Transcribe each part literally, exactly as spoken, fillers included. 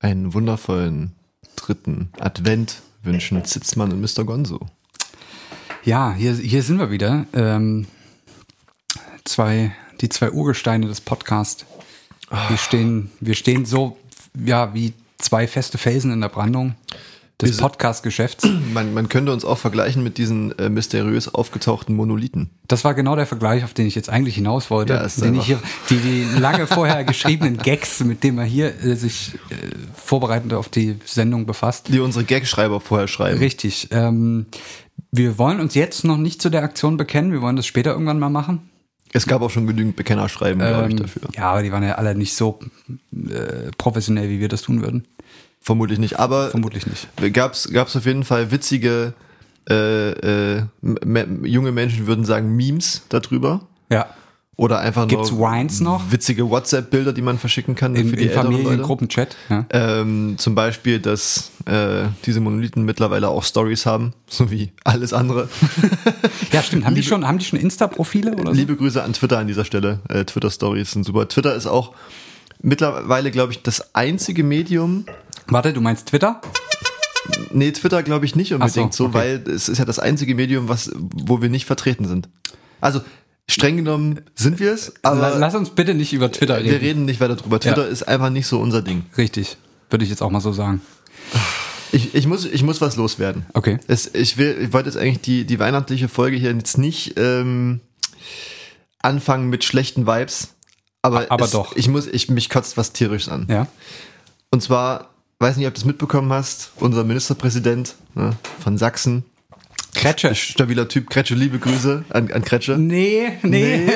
einen wundervollen dritten Advent wünschen Zitzmann und Mister Gonzo. Ja, hier, hier sind wir wieder. Ähm, zwei, die zwei Urgesteine des Podcasts. Wir stehen, wir stehen so ja, wie zwei feste Felsen in der Brandung des Podcast-Geschäfts. Man, man könnte uns auch vergleichen mit diesen äh, mysteriös aufgetauchten Monolithen. Das war genau der Vergleich, auf den ich jetzt eigentlich hinaus wollte. Ja, den ich hier, die, die lange vorher geschriebenen Gags, mit denen man hier äh, sich äh, vorbereitend auf die Sendung befasst. Die unsere Gagschreiber vorher schreiben. Richtig. Ähm, wir wollen uns jetzt noch nicht zu der Aktion bekennen. Wir wollen das später irgendwann mal machen. Es gab auch schon genügend Bekennerschreiben, ähm, glaube ich, dafür. Ja, aber die waren ja alle nicht so äh, professionell, wie wir das tun würden. Vermutlich nicht, aber Vermutlich nicht. Gab's, gab's auf jeden Fall witzige äh, äh, m- junge Menschen würden sagen Memes darüber. Ja. Oder einfach Gibt's nur Wines noch? witzige WhatsApp-Bilder, die man verschicken kann Im, für die im älteren Leute. Familiengruppenchat. Ja. Ähm, zum Beispiel, dass äh, diese Monolithen mittlerweile auch Stories haben, so wie alles andere. Ja, stimmt. Haben die schon, haben die schon Insta-Profile oder so? Liebe Grüße an Twitter an dieser Stelle. Äh, Twitter-Stories sind super. Twitter ist auch mittlerweile, glaube ich, das einzige Medium. Warte, du meinst Twitter? Nee, Twitter glaube ich nicht unbedingt so, so, okay. weil es ist ja das einzige Medium, was, wo wir nicht vertreten sind. Also streng genommen sind wir es, aber Lass uns bitte nicht über Twitter reden. wir reden nicht weiter drüber. Twitter Ja. ist einfach nicht so unser Ding. Richtig, würde ich jetzt auch mal so sagen. Ich, ich, muss, ich muss was loswerden. Okay. Es, ich, will, ich wollte jetzt eigentlich die, die weihnachtliche Folge hier jetzt nicht ähm, anfangen mit schlechten Vibes, aber, Aber es, doch. Ich muss, ich, mich kotzt was tierisch an. Ja. Und zwar, weiß nicht, ob du das mitbekommen hast, unser Ministerpräsident ne, von Sachsen, Kretsche. stabiler Typ, Kretsche, liebe Grüße an, an Kretsche. Nee, nee.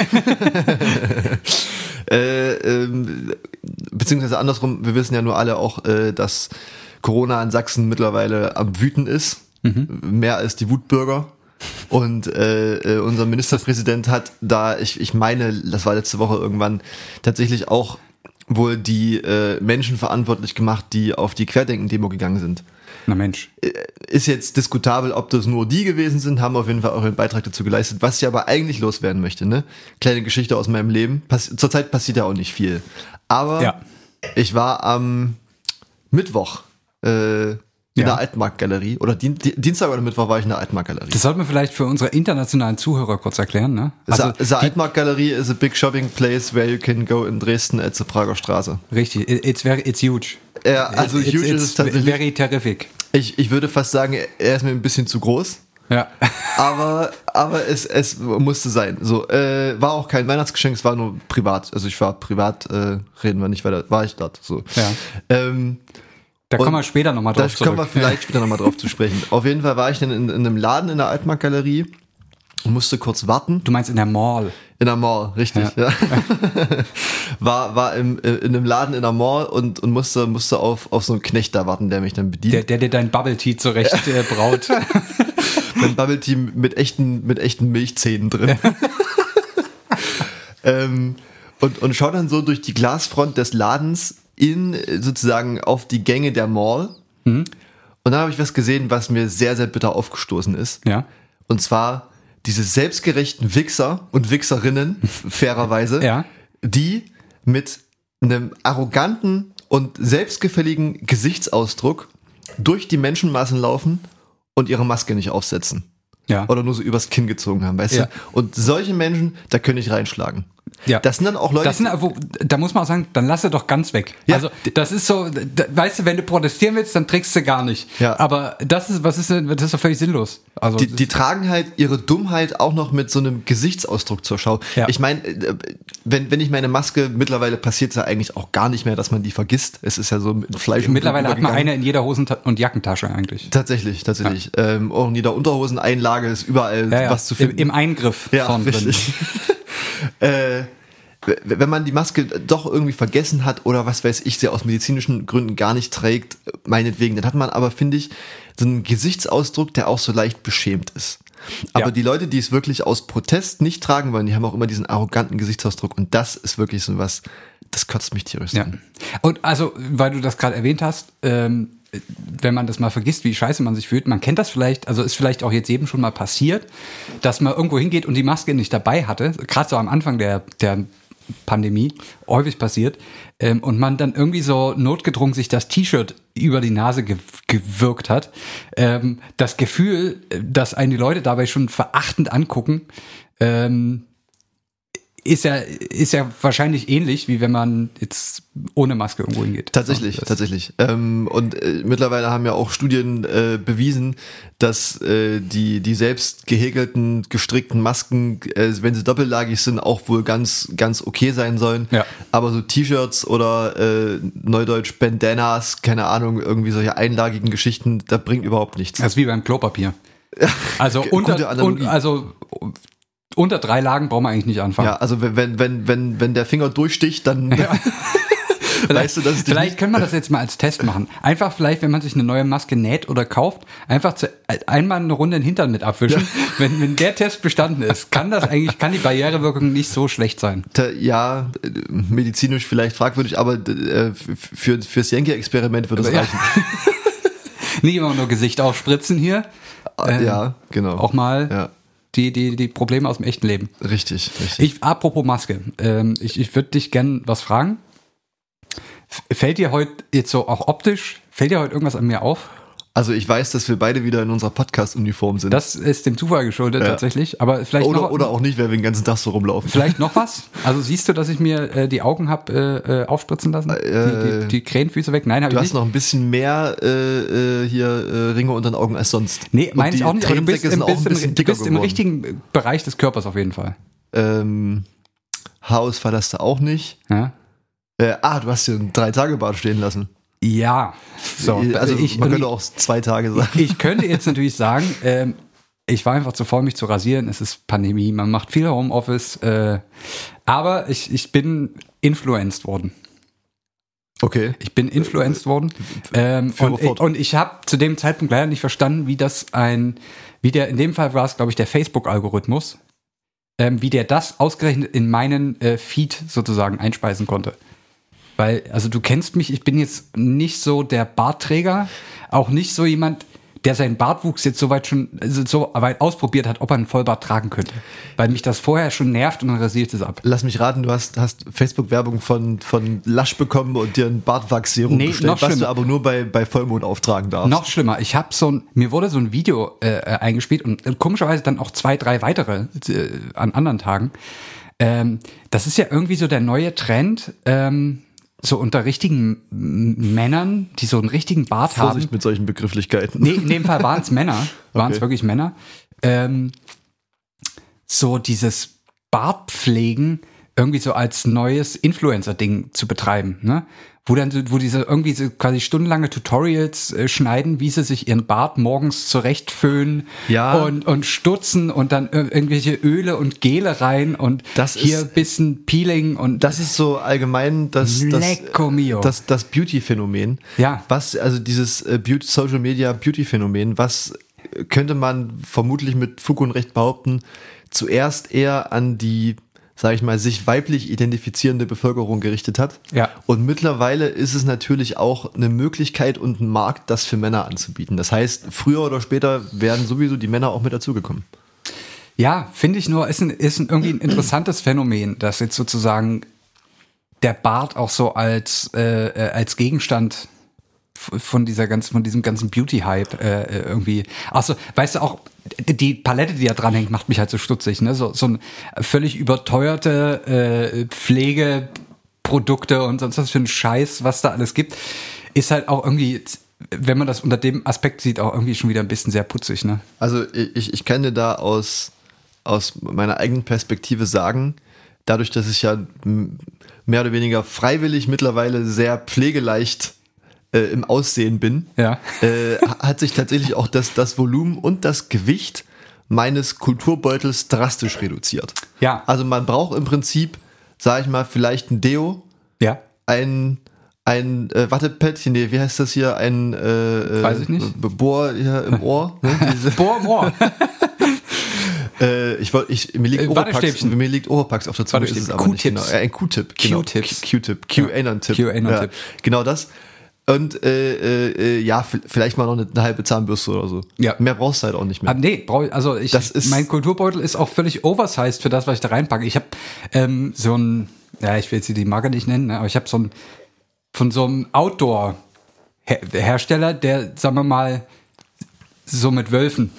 äh, ähm, beziehungsweise andersrum, wir wissen ja nur alle auch, äh, dass Corona in Sachsen mittlerweile am Wüten ist, mhm. mehr als die Wutbürger. Und äh, äh, unser Ministerpräsident hat da, ich, ich meine, das war letzte Woche irgendwann, tatsächlich auch wohl die äh, Menschen verantwortlich gemacht, die auf die Querdenken-Demo gegangen sind. Na Mensch. Ist jetzt diskutabel, ob das nur die gewesen sind, haben auf jeden Fall auch einen Beitrag dazu geleistet. Was ich aber eigentlich loswerden möchte, ne? Kleine Geschichte aus meinem Leben. Pass- Zurzeit passiert ja auch nicht viel. Aber Ja. ich war am Mittwoch äh, in Ja. der Altmarktgalerie. Oder Dien- Di- Dienstag oder Mittwoch war ich in der Altmarktgalerie. Das sollten wir vielleicht für unsere internationalen Zuhörer kurz erklären, ne? Also, the die- Altmarktgalerie is a big shopping place where you can go in Dresden at the Prager Straße. Richtig, it's very, it's huge. Ja, also it's, huge it's ist es tatsächlich. very terrific. Ich, ich würde fast sagen, er ist mir ein bisschen zu groß. Ja. Aber, aber es, es musste sein. So, äh, war auch kein Weihnachtsgeschenk, es war nur privat. Also ich war privat, äh, reden wir nicht weiter, war ich dort. So. Ja. Ähm, Da Und kommen wir später nochmal drauf da zurück. kommen wir vielleicht später nochmal drauf zu sprechen. Auf jeden Fall war ich dann in, in einem Laden in der Altmarktgalerie und musste kurz warten. Du meinst in der Mall. In der Mall, richtig. Ja. Ja. war war im, in einem Laden in der Mall und, und musste, musste auf, auf so einen Knecht da warten, der mich dann bedient. Der, der dir dein Bubble Tea zurecht äh, braut. Mein Bubble Tea mit echten, mit echten Milchzähnen drin. ähm, und, und schau dann so durch die Glasfront des Ladens in sozusagen auf die Gänge der Mall. Mhm. Und dann habe ich was gesehen, was mir sehr, sehr bitter aufgestoßen ist. Ja. Und zwar diese selbstgerechten Wichser und Wichserinnen, fairerweise, Ja. die mit einem arroganten und selbstgefälligen Gesichtsausdruck durch die Menschenmassen laufen und ihre Maske nicht aufsetzen. Ja. Oder nur so übers Kinn gezogen haben, weißt Ja. du? Und solche Menschen, da könnte ich reinschlagen. Ja. Das sind dann auch Leute, Das sind, wo, da muss man auch sagen, dann lass sie doch ganz weg. Ja. Also das ist so, da, weißt du, wenn du protestieren willst, dann trägst du gar nicht. Ja. Aber das ist, was ist denn, das ist doch völlig sinnlos. Also die, die tragen halt ihre Dummheit auch noch mit so einem Gesichtsausdruck zur Schau. Ja. Ich meine, wenn, wenn ich meine Maske, mittlerweile passiert es ja eigentlich auch gar nicht mehr, dass man die vergisst. Es ist ja so mit Fleisch und mittlerweile Blut hat man übergegangen. eine in jeder Hosen- und Jackentasche eigentlich. Tatsächlich, tatsächlich. Ähm, auch in jeder Unterhoseneinlage ist überall Ja, ja. was zu Im, finden. Im Eingriff Ja, vorn drin. richtig. äh, wenn man die Maske doch irgendwie vergessen hat oder was weiß ich, sie aus medizinischen Gründen gar nicht trägt, meinetwegen, dann hat man aber, finde ich, so einen Gesichtsausdruck, der auch so leicht beschämt ist. Aber Ja. die Leute, die es wirklich aus Protest nicht tragen wollen, die haben auch immer diesen arroganten Gesichtsausdruck und das ist wirklich so was, das kotzt mich tierisch Ja. an. Und also, weil du das gerade erwähnt hast, ähm, wenn man das mal vergisst, wie scheiße man sich fühlt, man kennt das vielleicht, also ist vielleicht auch jetzt jedem schon mal passiert, dass man irgendwo hingeht und die Maske nicht dabei hatte, gerade so am Anfang der, der Pandemie häufig passiert, ähm, und man dann irgendwie so notgedrungen sich das T-Shirt über die Nase ge- gewirkt hat. Ähm, das Gefühl, dass einen die Leute dabei schon verachtend angucken, ähm, ist ja, ist ja wahrscheinlich ähnlich, wie wenn man jetzt ohne Maske irgendwo hingeht. Tatsächlich, das tatsächlich. Ähm, und äh, mittlerweile haben ja auch Studien äh, bewiesen, dass äh, die, die selbst gehäkelten, gestrickten Masken, äh, wenn sie doppellagig sind, auch wohl ganz, ganz okay sein sollen. Ja. Aber so T-Shirts oder äh, neudeutsch Bandanas, keine Ahnung, irgendwie solche einlagigen Geschichten, da bringt überhaupt nichts. Das ist wie beim Klopapier. Also Gute unter, Analogie. un, also unter drei Lagen brauchen wir eigentlich nicht anfangen. Ja, also wenn, wenn, wenn, wenn der Finger durchsticht, dann Ja. weißt du, dass es dich Vielleicht nicht- können wir das jetzt mal als Test machen. Einfach vielleicht, wenn man sich eine neue Maske näht oder kauft, einfach zu, einmal eine Runde den Hintern mit abwischen. Ja. Wenn, wenn der Test bestanden ist, kann das eigentlich, kann die Barrierewirkung nicht so schlecht sein. Da- ja, äh, medizinisch vielleicht fragwürdig, aber äh, für, fürs Yankee-Experiment würde es Ja. reichen. Nicht immer nur Gesicht aufspritzen hier. Ähm, ja, genau. Auch mal Ja, die, die, die Probleme aus dem echten Leben. richtig, richtig. Ich, apropos Maske, ähm, ich, ich würde dich gern was fragen. F- Fällt dir heute jetzt so auch optisch, fällt dir heute irgendwas an mir auf? Also ich weiß, dass wir beide wieder in unserer Podcast-Uniform sind. Das ist dem Zufall geschuldet Ja. tatsächlich, aber vielleicht oder, noch, oder auch nicht, weil wir den ganzen Tag so rumlaufen. vielleicht noch was? Also siehst du, dass ich mir äh, die Augen hab äh, äh, aufspritzen lassen? Äh, die, die, die Krähenfüße weg? Nein, habe Du ich hast nicht. noch ein bisschen mehr äh, äh, hier äh, Ringe unter den Augen als sonst. Nee, Und meine ich die auch nicht, aber du bist, Tränensäcke im, sind auch ein bist, im, bisschen du dicker bist im geworden. richtigen Bereich des Körpers auf jeden Fall. Ähm, Haarausfall hast du auch nicht. Ja, Äh, ah, du hast hier einen Drei-Tage-Bart stehen lassen. ja. So, also ich, man und könnte auch zwei Tage sagen. Ich könnte jetzt natürlich sagen, ähm, ich war einfach zu faul, mich zu rasieren. Es ist Pandemie, man macht viel Homeoffice. Äh, aber ich, ich bin influenced worden. Okay. Ich bin influenced worden. Ähm, Führe und, fort. und ich habe zu dem Zeitpunkt leider nicht verstanden, wie das ein, wie der, in dem Fall war es, glaube ich, der Facebook-Algorithmus, ähm, wie der das ausgerechnet in meinen äh, Feed sozusagen einspeisen konnte. Weil, also du kennst mich, ich bin jetzt nicht so der Bartträger, auch nicht so jemand, der seinen Bartwuchs jetzt so weit schon, also so weit ausprobiert hat, ob er einen Vollbart tragen könnte. Weil mich das vorher schon nervt und dann rasiert es ab. Lass mich raten, du hast, hast Facebook-Werbung von, von Lush bekommen und dir ein Bartwachsserum Nee, bestellt, noch was schlimmer. du aber nur bei, bei Vollmond auftragen darfst. Noch schlimmer, ich habe so ein, mir wurde so ein Video äh, eingespielt und äh, komischerweise dann auch zwei, drei weitere äh, an anderen Tagen. Ähm, das ist ja irgendwie so der neue Trend, ähm, so unter richtigen M- Männern, die so einen richtigen Bart Vorsicht haben. mit solchen Begrifflichkeiten. Nee, in dem Fall waren es Männer, waren es Okay. wirklich Männer. Ähm, so dieses Bartpflegen irgendwie so als neues Influencer-Ding zu betreiben, ne? Wo dann so, wo diese irgendwie so quasi stundenlange Tutorials äh, schneiden, wie sie sich ihren Bart morgens zurechtföhnen Ja. und, und stutzen und dann ir- irgendwelche Öle und Gele rein und Das hier ist- bisschen Peeling und Das ist so allgemein das, das, Lecco mio. das, das Beauty-Phänomen. Ja. Was, also dieses äh, Beauty, Social Media Beauty-Phänomen, was äh, könnte man vermutlich mit Fug und Recht behaupten, zuerst eher an die, sage ich mal, sich weiblich identifizierende Bevölkerung gerichtet hat. Ja. Und mittlerweile ist es natürlich auch eine Möglichkeit und ein Markt, das für Männer anzubieten. Das heißt, früher oder später werden sowieso die Männer auch mit dazugekommen. Ja, finde ich nur, ist, ein, ist ein, irgendwie ein interessantes Phänomen, dass jetzt sozusagen der Bart auch so als, äh, äh, als Gegenstand f- von dieser ganzen, von diesem ganzen Beauty-Hype äh, äh, irgendwie. Achso, weißt du auch, die Palette, die da dranhängt, macht mich halt so stutzig, ne? So, so ein völlig überteuerte äh, Pflegeprodukte und sonst was für ein Scheiß, was da alles gibt, ist halt auch irgendwie, wenn man das unter dem Aspekt sieht, auch irgendwie schon wieder ein bisschen sehr putzig, ne? Also ich, ich kann dir da aus, aus meiner eigenen Perspektive sagen, dadurch, dass ich ja m- mehr oder weniger freiwillig mittlerweile sehr pflegeleicht äh, im Aussehen bin, Ja. äh, hat sich tatsächlich auch das, das Volumen und das Gewicht meines Kulturbeutels drastisch reduziert. Ja. Also man braucht im Prinzip, sag ich mal, vielleicht ein Deo, Ja. ein ein äh, Wattepädchen, nee, wie heißt das hier, ein äh, Weiß ich nicht. Be- Bohr hier im Ohr, ne? Diese, Boah, boah. äh, ich wollte, ich mir liegt Äh, Oropax, Wattestäbchen. mir liegt Oropax auf der Zunge, ist es Wattestäbchen. aber nicht Q-Tips. genau. Äh, ein Q-Tip, genau. Q-Tips. Q-Tip, Ja. QAnon-Tipp. QAnon-Tipp. Ja, genau das. Und äh, äh, ja, v- vielleicht mal noch eine, eine halbe Zahnbürste oder so. Ja. Mehr brauchst du halt auch nicht mehr. Ah, nee, brauch ich, also ich, Das ist- mein Kulturbeutel ist auch völlig oversized für das, was ich da reinpacke. Ich habe ähm, so ein, ja, ich will jetzt die Marke nicht nennen, ne, aber ich habe so ein, von so einem Outdoor-Hersteller, der, sagen wir mal, so mit Wölfen.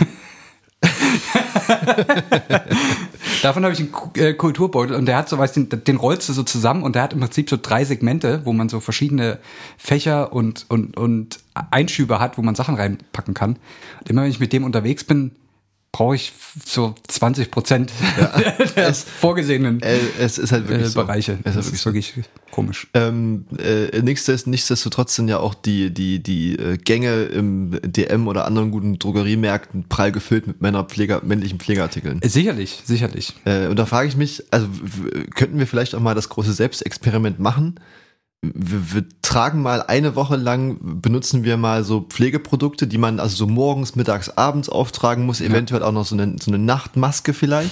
Davon habe ich einen äh, Kulturbeutel und der hat so, weißt du, den, den rollst du so zusammen und der hat im Prinzip so drei Segmente, wo man so verschiedene Fächer und, und, und Einschübe hat, wo man Sachen reinpacken kann. Und immer wenn ich mit dem unterwegs bin, brauche ich so zwanzig Prozent ja. der es, vorgesehenen äh, es ist halt wirklich äh, Bereiche. So. Es das ist wirklich so. komisch. Ähm, äh, nichtsdestotrotz, nichtsdestotrotz sind ja auch die, die, die äh, Gänge im D M oder anderen guten Drogeriemärkten prall gefüllt mit Männerpfleger, männlichen Pflegeartikeln. Äh, sicherlich, sicherlich. Äh, und da frage ich mich, also w- könnten wir vielleicht auch mal das große Selbstexperiment machen? Wir, wir tragen mal eine Woche lang, benutzen wir mal so Pflegeprodukte, die man also so morgens, mittags, abends auftragen muss, eventuell ja. auch noch so eine, so eine Nachtmaske vielleicht.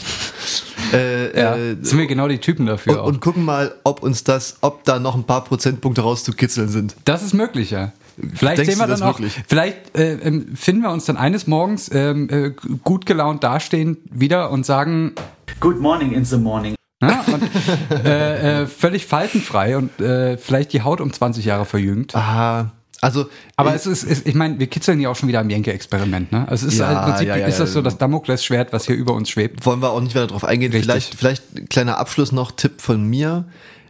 Äh, ja, äh, sind wir genau die Typen dafür und, auch. Und gucken mal, ob uns das, ob da noch ein paar Prozentpunkte rauszukitzeln sind. Das ist möglich, ja. Vielleicht Denkst sehen wir du dann auch, wirklich? vielleicht äh, finden wir uns dann eines Morgens ähm, äh, gut gelaunt dastehen wieder und sagen Good morning in the morning. Ja, und, äh, äh, völlig faltenfrei und äh, vielleicht die Haut um zwanzig Jahre verjüngt. Aha. Also, aber es ist, es, ich meine, wir kitzeln ja auch schon wieder am Jenke-Experiment, ne? Also es ist ja, halt, im Prinzip ja, ja, ist das so ja. das Damoklesschwert, was hier über uns schwebt. Wollen wir auch nicht weiter drauf eingehen. Richtig. Vielleicht, vielleicht kleiner Abschluss noch, Tipp von mir.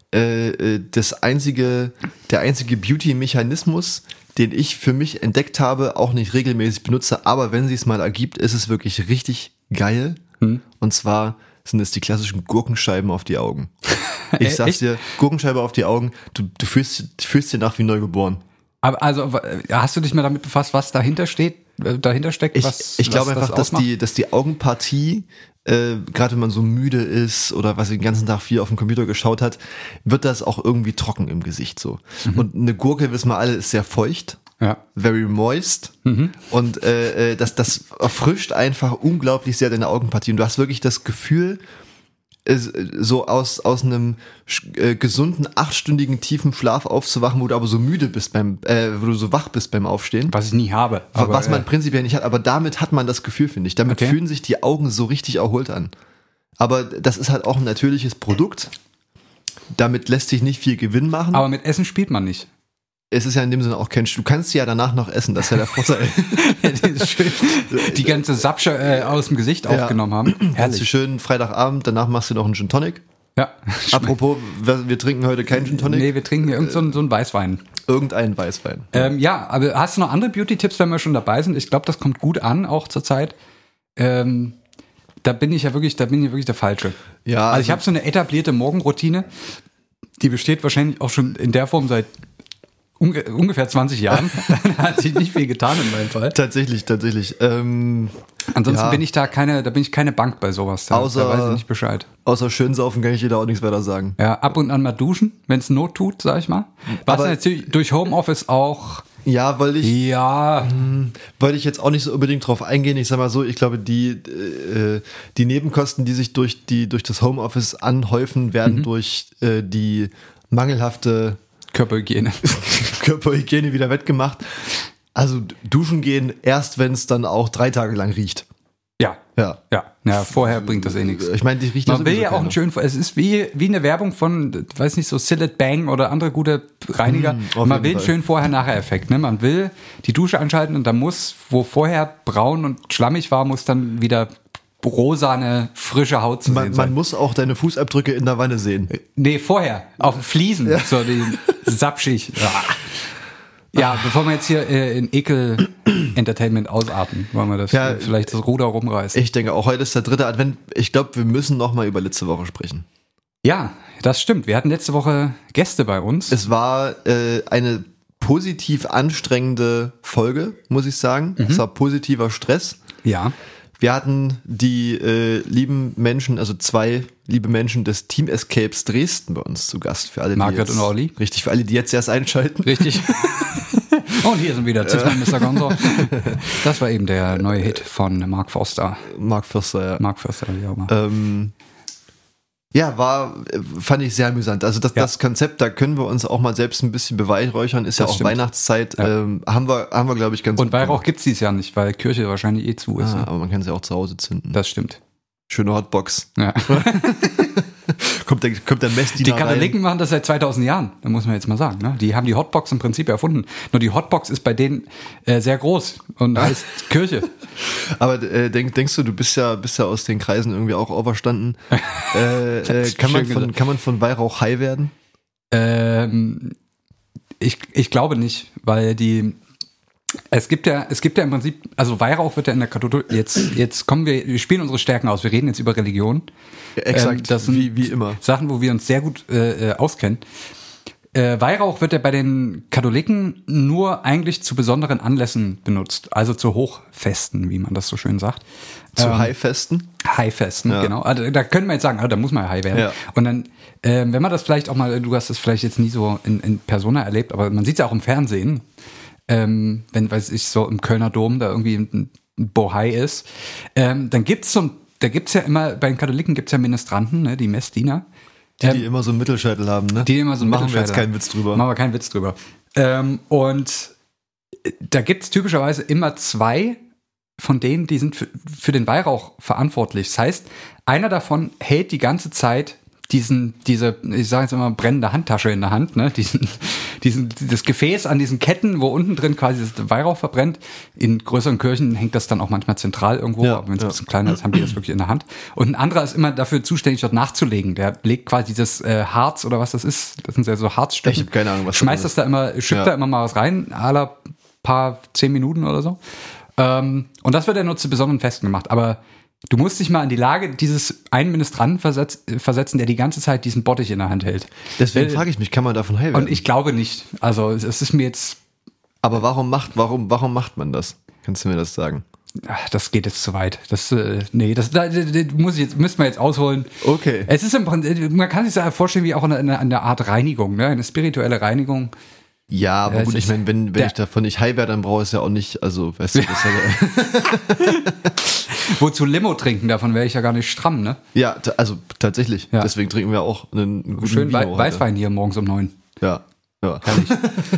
Äh, das einzige, der einzige Beauty-Mechanismus, den ich für mich entdeckt habe, auch nicht regelmäßig benutze, aber wenn sie es mal ergibt, ist es wirklich richtig geil. Hm. Und zwar sind es die klassischen Gurkenscheiben auf die Augen. Ich sag's Echt? dir, Gurkenscheibe auf die Augen, du, du fühlst, fühlst dir nach wie neugeboren. Aber also hast du dich mal damit befasst, was dahinter steht, äh, dahinter steckt? Ich, was, ich glaube was einfach, das dass die, dass die Augenpartie, äh, gerade wenn man so müde ist oder was den ganzen Tag viel auf dem Computer geschaut hat, wird das auch irgendwie trocken im Gesicht so. Mhm. Und eine Gurke, wissen wir alle, ist sehr feucht. Ja. Very moist. Mhm. Und äh, das, das erfrischt einfach unglaublich sehr deine Augenpartie. Und du hast wirklich das Gefühl, äh, so aus, aus einem äh, gesunden, achtstündigen tiefen Schlaf aufzuwachen, wo du aber so müde bist beim, äh, wo du so wach bist beim Aufstehen. Was ich nie habe. Aber, was man äh, prinzipiell nicht hat. Aber damit hat man das Gefühl, finde ich. Damit okay. fühlen sich die Augen so richtig erholt an. Aber das ist halt auch ein natürliches Produkt. Damit lässt sich nicht viel Gewinn machen. Aber mit Essen spielt man nicht. Es ist ja in dem Sinne auch kein, du kannst sie ja danach noch essen, das ist ja der Vorteil. Ja, die, ist schön, die ganze Sapsche äh, aus dem Gesicht ja. aufgenommen haben. Herrlich. Du schön Freitagabend, danach machst du noch einen Gin Tonic. Ja. Apropos, wir, wir trinken heute keinen Gin Tonic. Nee, wir trinken hier irgendeinen so, so einen Weißwein. Irgendeinen Weißwein. Ähm, ja, aber hast du noch andere Beauty-Tipps, wenn wir schon dabei sind? Ich glaube, das kommt gut an, auch zur Zeit. Ähm, da bin ich ja wirklich, da bin ich wirklich der Falsche. Ja. Also, also ich habe so eine etablierte Morgenroutine, die besteht wahrscheinlich auch schon in der Form seit Unge- ungefähr zwanzig Jahren. Da hat sich nicht viel getan in meinem Fall. Tatsächlich, tatsächlich. Ähm, Ansonsten ja. bin ich da keine, da bin ich keine Bank bei sowas. Da, außer, da weiß ich nicht Bescheid. Außer schön saufen kann ich dir da auch nichts weiter sagen. Ja, ab und an mal duschen, wenn es Not tut, sag ich mal. Was Aber natürlich durch Homeoffice auch. Ja, weil ich. Ja. Mh, wollte ich jetzt auch nicht so unbedingt drauf eingehen. Ich sag mal so, ich glaube, die, äh, die Nebenkosten, die sich durch die, durch das Homeoffice anhäufen, werden mhm. durch äh, die mangelhafte Körperhygiene. Körperhygiene wieder wettgemacht. Also duschen gehen erst, wenn es dann auch drei Tage lang riecht. Ja. Ja. Ja. Ja, vorher bringt das eh nichts. Ich meine, die riecht Man will ja auch einen schönen, es ist wie, wie eine Werbung von, weiß nicht, so Cillit Bang oder andere gute Reiniger. Mm, man will einen schönen Vorher-Nachher-Effekt, ne? Man will die Dusche anschalten und dann muss, wo vorher braun und schlammig war, muss dann wieder rosane, frische Haut zu man, sehen sein. Man muss auch deine Fußabdrücke in der Wanne sehen. Nee, vorher. Auf den Fliesen. Ja. So die sapschig. Ja, bevor wir jetzt hier äh, in Ekel-Entertainment ausarten, wollen wir das ja, äh, vielleicht das Ruder rumreißen. Ich denke auch, heute ist der dritte Advent. Ich glaube, wir müssen noch mal über letzte Woche sprechen. Ja, das stimmt. Wir hatten letzte Woche Gäste bei uns. Es war äh, eine positiv anstrengende Folge, muss ich sagen. Mhm. Es war positiver Stress. Ja. Wir hatten die äh, lieben Menschen, also zwei liebe Menschen des Team Escapes Dresden bei uns zu Gast. Für alle, die Margret jetzt, und Olli. Richtig, für alle, die jetzt erst einschalten. Richtig. Und hier sind wieder Zisman, Mister Gonzo. Das war eben der neue Hit von Mark Forster. Mark Forster, ja. Mark Forster, wie auch immer. Ähm, ja, war, fand ich sehr amüsant. Also das, ja. das Konzept, da können wir uns auch mal selbst ein bisschen beweihräuchern, ist das ja auch stimmt. Weihnachtszeit. Ja. Ähm, haben wir, haben wir glaube ich, ganz Und Weihrauch gibt es dieses Jahr nicht, weil Kirche wahrscheinlich eh zu ist. Ah, aber man kann sie auch zu Hause zünden. Das stimmt. Schöne Hotbox. Ja. kommt der, kommt der Messdiener Die Katholiken rein. Machen das seit zweitausend Jahren, da muss man jetzt mal sagen. Ne? Die haben die Hotbox im Prinzip erfunden. Nur die Hotbox ist bei denen äh, sehr groß und heißt Kirche. Aber äh, denk, denkst du, du bist ja, bist ja aus den Kreisen irgendwie auch auferstanden. äh, äh, kann, man von, kann man von Weihrauch high werden? Ähm, ich, ich glaube nicht, weil die Es gibt ja, es gibt ja im Prinzip, also Weihrauch wird ja in der Katholik, jetzt, jetzt kommen wir, wir spielen unsere Stärken aus, wir reden jetzt über Religion. Ja, exakt, ähm, das sind wie, wie immer. Sachen, wo wir uns sehr gut äh, auskennen. Äh, Weihrauch wird ja bei den Katholiken nur eigentlich zu besonderen Anlässen benutzt, also zu Hochfesten, wie man das so schön sagt. Zu ähm, Highfesten? Highfesten, ja. genau. Also, da können wir jetzt sagen, ah, da muss man ja high werden. Ja. Und dann, äh, wenn man das vielleicht auch mal, du hast das vielleicht jetzt nie so in, in Persona erlebt, aber man sieht es ja auch im Fernsehen, ähm, wenn, weiß ich, so im Kölner Dom da irgendwie ein, ein Bohai ist, ähm, dann gibt's so ein, da gibt's ja immer, bei den Katholiken gibt's ja Ministranten, ne, die Messdiener. Die, die ähm, immer so einen Mittelscheitel haben, ne? Die immer so einen Machen Mittelscheitel wir jetzt keinen Witz drüber. Machen wir keinen Witz drüber. Ähm, und da gibt's typischerweise immer zwei von denen, die sind für, für den Weihrauch verantwortlich. Das heißt, einer davon hält die ganze Zeit diesen, diese, ich sage jetzt immer, brennende Handtasche in der Hand, ne, diesen, diesen, das Gefäß an diesen Ketten, wo unten drin quasi das Weihrauch verbrennt. In größeren Kirchen hängt das dann auch manchmal zentral irgendwo, ja, aber wenn es ja. ein bisschen kleiner ist, haben die das wirklich in der Hand. Und ein anderer ist immer dafür zuständig, dort nachzulegen. Der legt quasi dieses äh, Harz oder was das ist, das sind ja so Harzstöcke. Ich habe keine Ahnung, was Schmeißt das da immer, schippt ja. da immer mal was rein, aller paar zehn Minuten oder so. Ähm, und das wird ja nur zu besonderen Festen gemacht, aber du musst dich mal in die Lage dieses einen Ministranten versetz, versetzen, der die ganze Zeit diesen Bottich in der Hand hält. Deswegen frage ich mich, kann man davon heil werden? Und ich glaube nicht. Also es ist mir jetzt... Aber warum macht, warum, warum macht man das? Kannst du mir das sagen? Ach, das geht jetzt zu weit. Das, äh, nee, das, das, das muss ich jetzt, müssen wir jetzt ausholen. Okay. Es ist im Prinzip, man kann sich das vorstellen wie auch eine, eine, eine Art Reinigung, ne? Eine spirituelle Reinigung. Ja, aber ja, gut, ich meine, wenn, wenn ich davon nicht high werde, dann brauche ich es ja auch nicht, also, weißt du, das ist ja Wozu Limo trinken, davon wäre ich ja gar nicht stramm, ne? Ja, t- also tatsächlich. Ja. Deswegen trinken wir auch einen, einen guten Schön Vino Wei- heute. Weißwein hier morgens um neun. Ja, ja. Herrlich.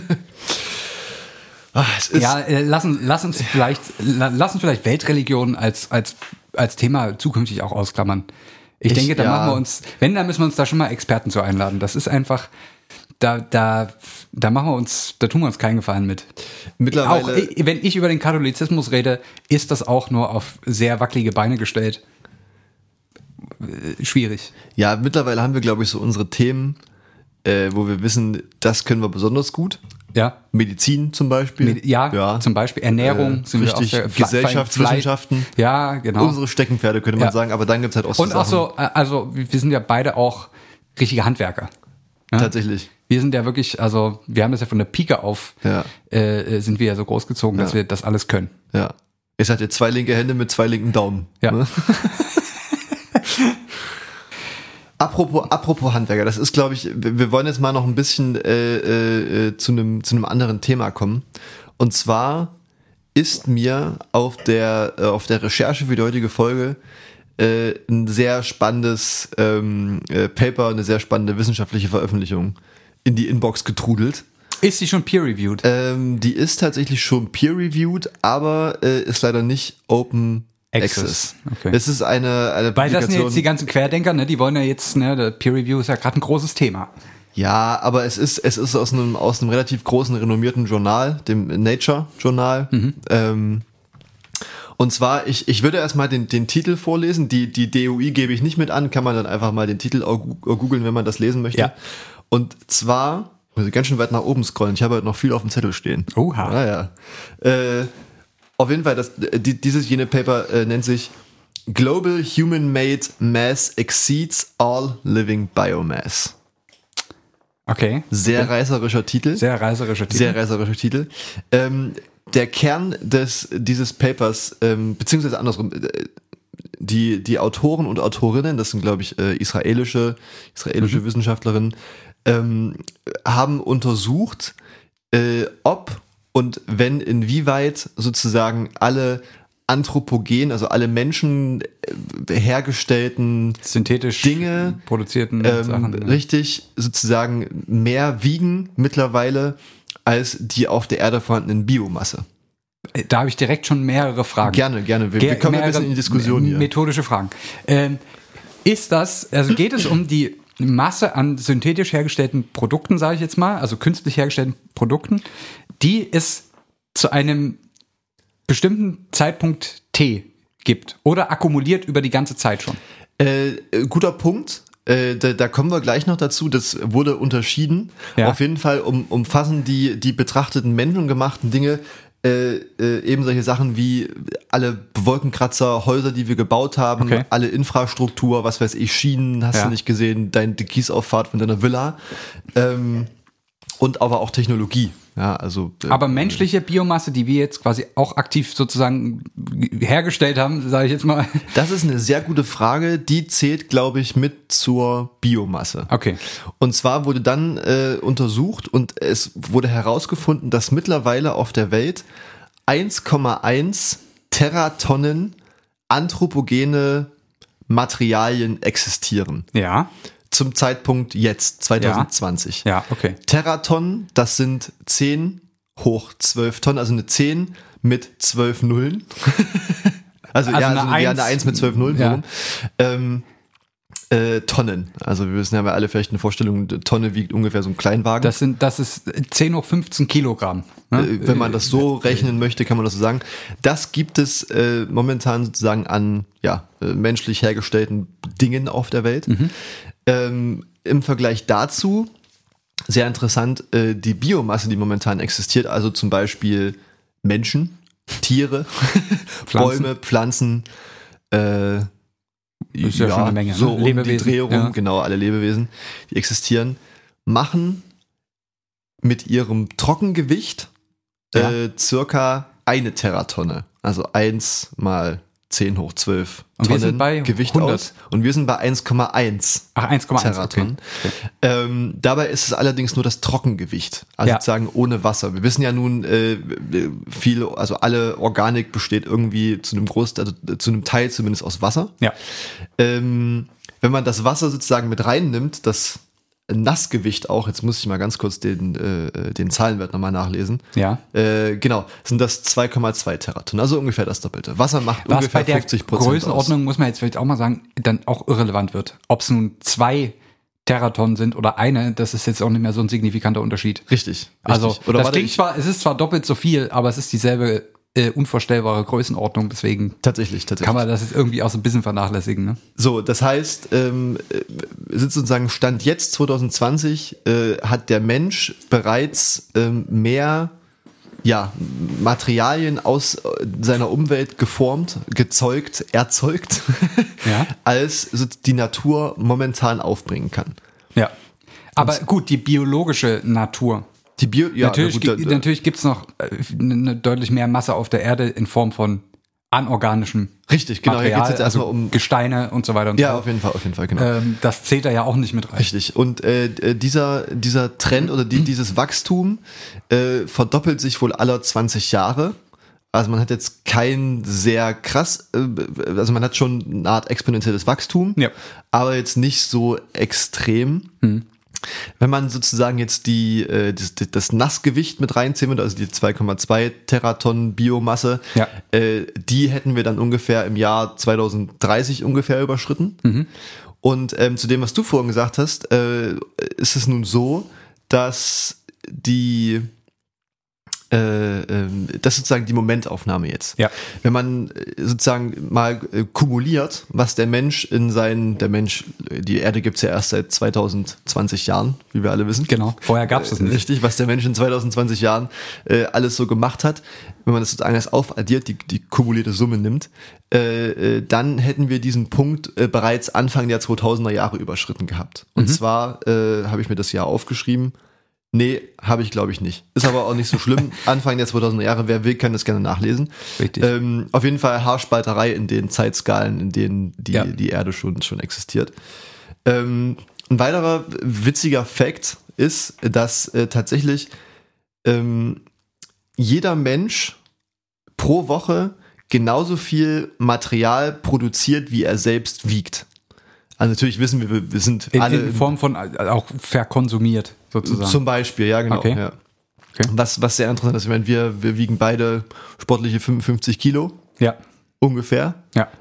Ach, es ist Ja, äh, lass, uns, lass uns vielleicht, la, lass uns vielleicht Weltreligionen als, als, als Thema zukünftig auch ausklammern. Ich, Ich- denke, da ja. machen wir uns, wenn, dann müssen wir uns da schon mal Experten zu einladen. Das ist einfach, da, da, da machen wir uns, da tun wir uns keinen Gefallen mit. mittlerweile... Auch äh, wenn ich über den Katholizismus rede, ist das auch nur auf sehr wackelige Beine gestellt. Äh, Schwierig. Ja, mittlerweile haben wir, glaube ich, so unsere Themen, äh, wo wir wissen, das können wir besonders gut. Ja. Medizin zum Beispiel. Med- Ja, zum Beispiel Ernährung Äh, sind richtig, wir auf der Fle- Gesellschaftswissenschaften. Fle- Ja, genau. Unsere Steckenpferde, könnte man Ja. sagen, aber dann gibt es halt auch so Und auch Sachen. so, äh, also wir sind ja beide auch richtige Handwerker. Ne? Tatsächlich. Wir sind ja wirklich, also wir haben das ja von der Pike auf, Ja. äh, sind wir ja so großgezogen, dass Ja. wir das alles können. Ja. Ihr seid jetzt zwei linke Hände mit zwei linken Daumen. Ja. Ne? Apropos, apropos Handwerker, das ist, glaube ich, wir wollen jetzt mal noch ein bisschen äh, äh, zu einem zu einem anderen Thema kommen. Und zwar ist mir auf der äh, auf der Recherche für die heutige Folge äh, ein sehr spannendes ähm, äh, Paper, eine sehr spannende wissenschaftliche Veröffentlichung in die Inbox getrudelt. Ist sie schon peer-reviewed? Ähm, die ist tatsächlich schon peer-reviewed, aber äh, ist leider nicht Open Access. Access. Okay. Es ist eine, eine Weil das sind ja Publikation. jetzt die ganzen Querdenker, ne? Die wollen ja jetzt, ne, der Peer-Review ist ja gerade ein großes Thema. Ja, aber es ist, es ist aus einem, aus einem relativ großen, renommierten Journal, dem Nature-Journal. Mhm. Ähm, und zwar, ich, ich würde erstmal den, den Titel vorlesen. Die, die D O I gebe ich nicht mit an, kann man dann einfach mal den Titel auch gu- googeln, wenn man das lesen möchte. Ja. Und zwar, ich muss ganz schön weit nach oben scrollen, ich habe heute noch viel auf dem Zettel stehen. Oha. Ah, ja. Äh, auf jeden Fall, das, die, dieses jene Paper äh, nennt sich Global Human-Made Mass Exceeds All Living Biomass. Okay. Sehr okay. reißerischer Titel. Sehr reißerischer Titel. Sehr reißerischer Titel. Ähm, der Kern des, dieses Papers, ähm, beziehungsweise andersrum, äh, die, die Autoren und Autorinnen, das sind, glaube ich, äh, israelische, israelische Mhm. Wissenschaftlerinnen, ähm, haben untersucht, äh, ob und wenn inwieweit sozusagen alle anthropogen, also alle Menschen äh, hergestellten Synthetisch Dinge, produzierten ähm, Sachen. ne? richtig sozusagen mehr wiegen mittlerweile als die auf der Erde vorhandenen Biomasse. Da habe ich direkt schon mehrere Fragen. Gerne, gerne. Wir, Ge- wir kommen ein mehrere bisschen in die Diskussion me- hier. Methodische Fragen. Ähm, ist das, also geht es um die Masse an synthetisch hergestellten Produkten, sage ich jetzt mal, also künstlich hergestellten Produkten, die es zu einem bestimmten Zeitpunkt T gibt oder akkumuliert über die ganze Zeit schon. Äh, guter Punkt. Äh, da, da kommen wir gleich noch dazu. Das wurde unterschieden. Ja. Auf jeden Fall um, umfassen die, die betrachteten menschengemachten Dinge äh, äh, eben solche Sachen wie alle Wolkenkratzer, Häuser, die wir gebaut haben, okay. alle Infrastruktur, was weiß ich, Schienen, hast ja. du nicht gesehen, deine Kiesauffahrt von deiner Villa. Ähm, und aber auch Technologie. Ja, also, äh, aber menschliche Biomasse, die wir jetzt quasi auch aktiv sozusagen hergestellt haben, sage ich jetzt mal. Das ist eine sehr gute Frage. Die zählt, glaube ich, mit zur Biomasse. Okay. Und zwar wurde dann äh, untersucht und es wurde herausgefunden, dass mittlerweile auf der Welt eins Komma eins Teratonnen anthropogene Materialien existieren. Ja. Zum Zeitpunkt jetzt, zwanzig zwanzig. Ja, ja, okay. Teratonnen, das sind zehn hoch zwölf Tonnen, also eine zehn mit zwölf Nullen. also, also ja, eine, also, eins, ja, eine eins mit zwölf Nullen. Ja. Ähm, äh, Tonnen. Also wir wissen ja wir alle vielleicht eine Vorstellung, eine Tonne wiegt ungefähr so ein Kleinwagen. Das sind, das ist zehn hoch fünfzehn Kilogramm. Ne? Äh, wenn man das so rechnen möchte, kann man das so sagen. Das gibt es äh, momentan sozusagen an ja, äh, menschlich hergestellten Dingen auf der Welt. Mhm. Ähm, im Vergleich dazu, sehr interessant, äh, die Biomasse, die momentan existiert, also zum Beispiel Menschen, Tiere, Pflanzen. Bäume, Pflanzen, äh, ist ja, ja schon eine Menge, so ne? Lebewesen. Um die Dreh rum, ja. genau, alle Lebewesen, die existieren, machen mit ihrem Trockengewicht ja. äh, circa eine Teratonne, also eins mal zehn hoch zwölf und Tonnen wir sind bei Gewicht hundert. Aus. Und wir sind bei eins Komma eins. Ach, eins Komma eins, Teratonnen. Okay. Ähm, dabei ist es allerdings nur das Trockengewicht, also ja. sozusagen ohne Wasser. Wir wissen ja nun, äh, viel, also alle Organik besteht irgendwie zu einem Großteil, also zu einem Teil zumindest aus Wasser. Ja. Ähm, wenn man das Wasser sozusagen mit reinnimmt, das Nassgewicht auch, jetzt muss ich mal ganz kurz den, äh, den Zahlenwert nochmal nachlesen. Ja. Äh, genau, sind das zwei Komma zwei Teratonnen, also ungefähr das Doppelte. Wasser macht Was ungefähr fünfzig Prozent aus. Größenordnung muss man jetzt vielleicht auch mal sagen, dann auch irrelevant wird. Ob es nun zwei Teratonnen sind oder eine, das ist jetzt auch nicht mehr so ein signifikanter Unterschied. Richtig. richtig. Also oder das klingt zwar, es ist zwar doppelt so viel, aber es ist dieselbe äh, unvorstellbare Größenordnung, deswegen tatsächlich, tatsächlich. kann man das jetzt irgendwie auch so ein bisschen vernachlässigen. Ne? So, das heißt, ähm, sind sozusagen Stand jetzt zwanzig zwanzig, äh, hat der Mensch bereits ähm, mehr ja, Materialien aus seiner Umwelt geformt, gezeugt, erzeugt, ja. als die Natur momentan aufbringen kann. Ja, aber Und, gut, die biologische Natur. Die Bio, ja, natürlich gut, gi- natürlich gibt es noch eine deutlich mehr Masse auf der Erde in Form von anorganischem Richtig, genau. Material, Hier geht's jetzt erstmal also um Gesteine und so weiter und ja, so. auf jeden Fall, auf jeden Fall, genau. Ähm, das zählt da ja auch nicht mit rein. Richtig. Und äh, dieser dieser Trend oder die, dieses Wachstum äh, verdoppelt sich wohl alle zwanzig Jahre. Also man hat jetzt kein sehr krass, äh, also man hat schon eine Art exponentielles Wachstum, ja. aber jetzt nicht so extrem. Hm. Wenn man sozusagen jetzt die, äh, das, das Nassgewicht mit reinziehen würde, also die zwei Komma zwei Teratonnen Biomasse, ja. äh, die hätten wir dann ungefähr im Jahr zwanzig dreißig ungefähr überschritten. Mhm. Und ähm, zu dem, was du vorhin gesagt hast, äh, ist es nun so, dass die Äh, ähm, das ist sozusagen die Momentaufnahme jetzt. Ja. Wenn man sozusagen mal äh, kumuliert, was der Mensch in seinen, der Mensch, die Erde gibt's ja erst seit zweitausendzwanzig Jahren, wie wir alle wissen. Genau, vorher gab's es nicht. Richtig, was der Mensch in zweitausendzwanzig Jahren äh, alles so gemacht hat, wenn man das sozusagen alles aufaddiert, die, die kumulierte Summe nimmt, äh, äh, dann hätten wir diesen Punkt äh, bereits Anfang der zweitausender Jahre überschritten gehabt. Und mhm. zwar äh, habe ich mir das Jahr aufgeschrieben. Nee, habe ich glaube ich nicht. Ist aber auch nicht so schlimm. Anfang der zweitausender Jahre, wer will, kann das gerne nachlesen. Richtig. Ähm, auf jeden Fall Haarspalterei in den Zeitskalen, in denen die, ja. die Erde schon, schon existiert. Ähm, ein weiterer witziger Fact ist, dass äh, tatsächlich ähm, jeder Mensch pro Woche genauso viel Material produziert, wie er selbst wiegt. Also natürlich wissen wir, wir sind in, alle... In Form von auch verkonsumiert, sozusagen. Zum Beispiel, ja genau. Okay. Ja. Okay. Was, was sehr interessant ist, ich meine, wir, wir wiegen beide sportliche fünfundfünfzig Kilo. Ja. Ungefähr. Ja.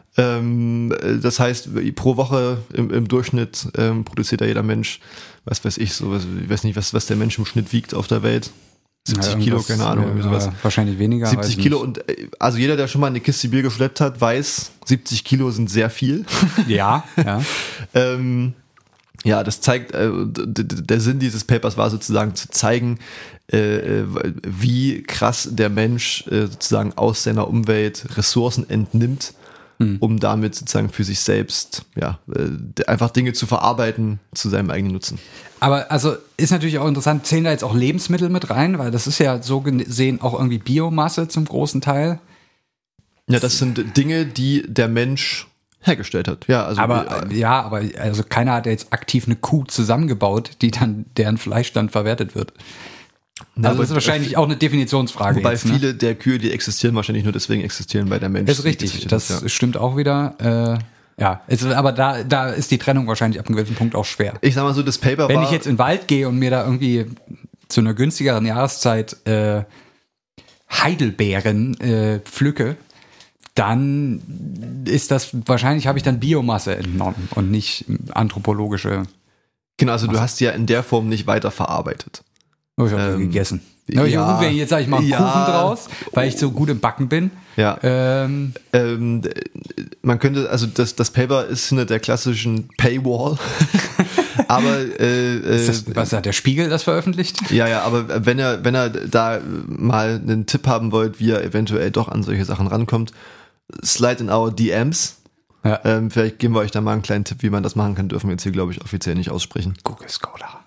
Ähm, das heißt, pro Woche im, im Durchschnitt ähm, produziert da jeder Mensch, was weiß ich, so, ich weiß nicht, was, was der Mensch im Schnitt wiegt auf der Welt. siebzig ja, Kilo, keine Ahnung, irgendwie sowas. Äh, wahrscheinlich weniger. siebzig Kilo und also jeder, der schon mal eine Kiste Bier geschleppt hat, weiß, siebzig Kilo sind sehr viel. Ja, ja. ähm, ja, das zeigt, äh, d- d- der Sinn dieses Papers war sozusagen zu zeigen, äh, wie krass der Mensch äh, sozusagen aus seiner Umwelt Ressourcen entnimmt, hm. um damit sozusagen für sich selbst ja äh, einfach Dinge zu verarbeiten zu seinem eigenen Nutzen. Aber also ist natürlich auch interessant, zählen da jetzt auch Lebensmittel mit rein, weil das ist ja so gesehen auch irgendwie Biomasse zum großen Teil. Ja, das sind Dinge, die der Mensch hergestellt hat. Ja, also aber äh, ja, aber also keiner hat ja jetzt aktiv eine Kuh zusammengebaut, die dann deren Fleisch dann verwertet wird. Na, also das ist wahrscheinlich auch eine Definitionsfrage. Wobei jetzt, ne? viele der Kühe, die existieren, wahrscheinlich nur deswegen existieren, weil der Mensch. Das ist richtig, das ja. stimmt auch wieder. Äh, ja, es, aber da, da ist die Trennung wahrscheinlich ab einem gewissen Punkt auch schwer. Ich sag mal so, das Paper Wenn war... ich jetzt in den Wald gehe und mir da irgendwie zu einer günstigeren Jahreszeit äh, Heidelbeeren äh, pflücke, dann ist das, wahrscheinlich habe ich dann Biomasse entnommen und nicht anthropologische. Genau, also Masse. Du hast die ja in der Form nicht weiterverarbeitet. Oh, ich habe Ähm, gegessen. Ja, ja, jetzt sage ich mal einen ja, Kuchen draus, weil ich so gut im Backen bin. Ja. Ähm, ähm, man könnte, also das, das Paper ist hinter der klassischen Paywall. aber äh, ist das, was hat der Spiegel das veröffentlicht? Ja, ja, aber wenn er, wenn er da mal einen Tipp haben wollt, wie er eventuell doch an solche Sachen rankommt, slide in our D Ms. Ja. Ähm, vielleicht geben wir euch da mal einen kleinen Tipp, wie man das machen kann. Dürfen wir jetzt hier, glaube ich, offiziell nicht aussprechen. Google Scholar.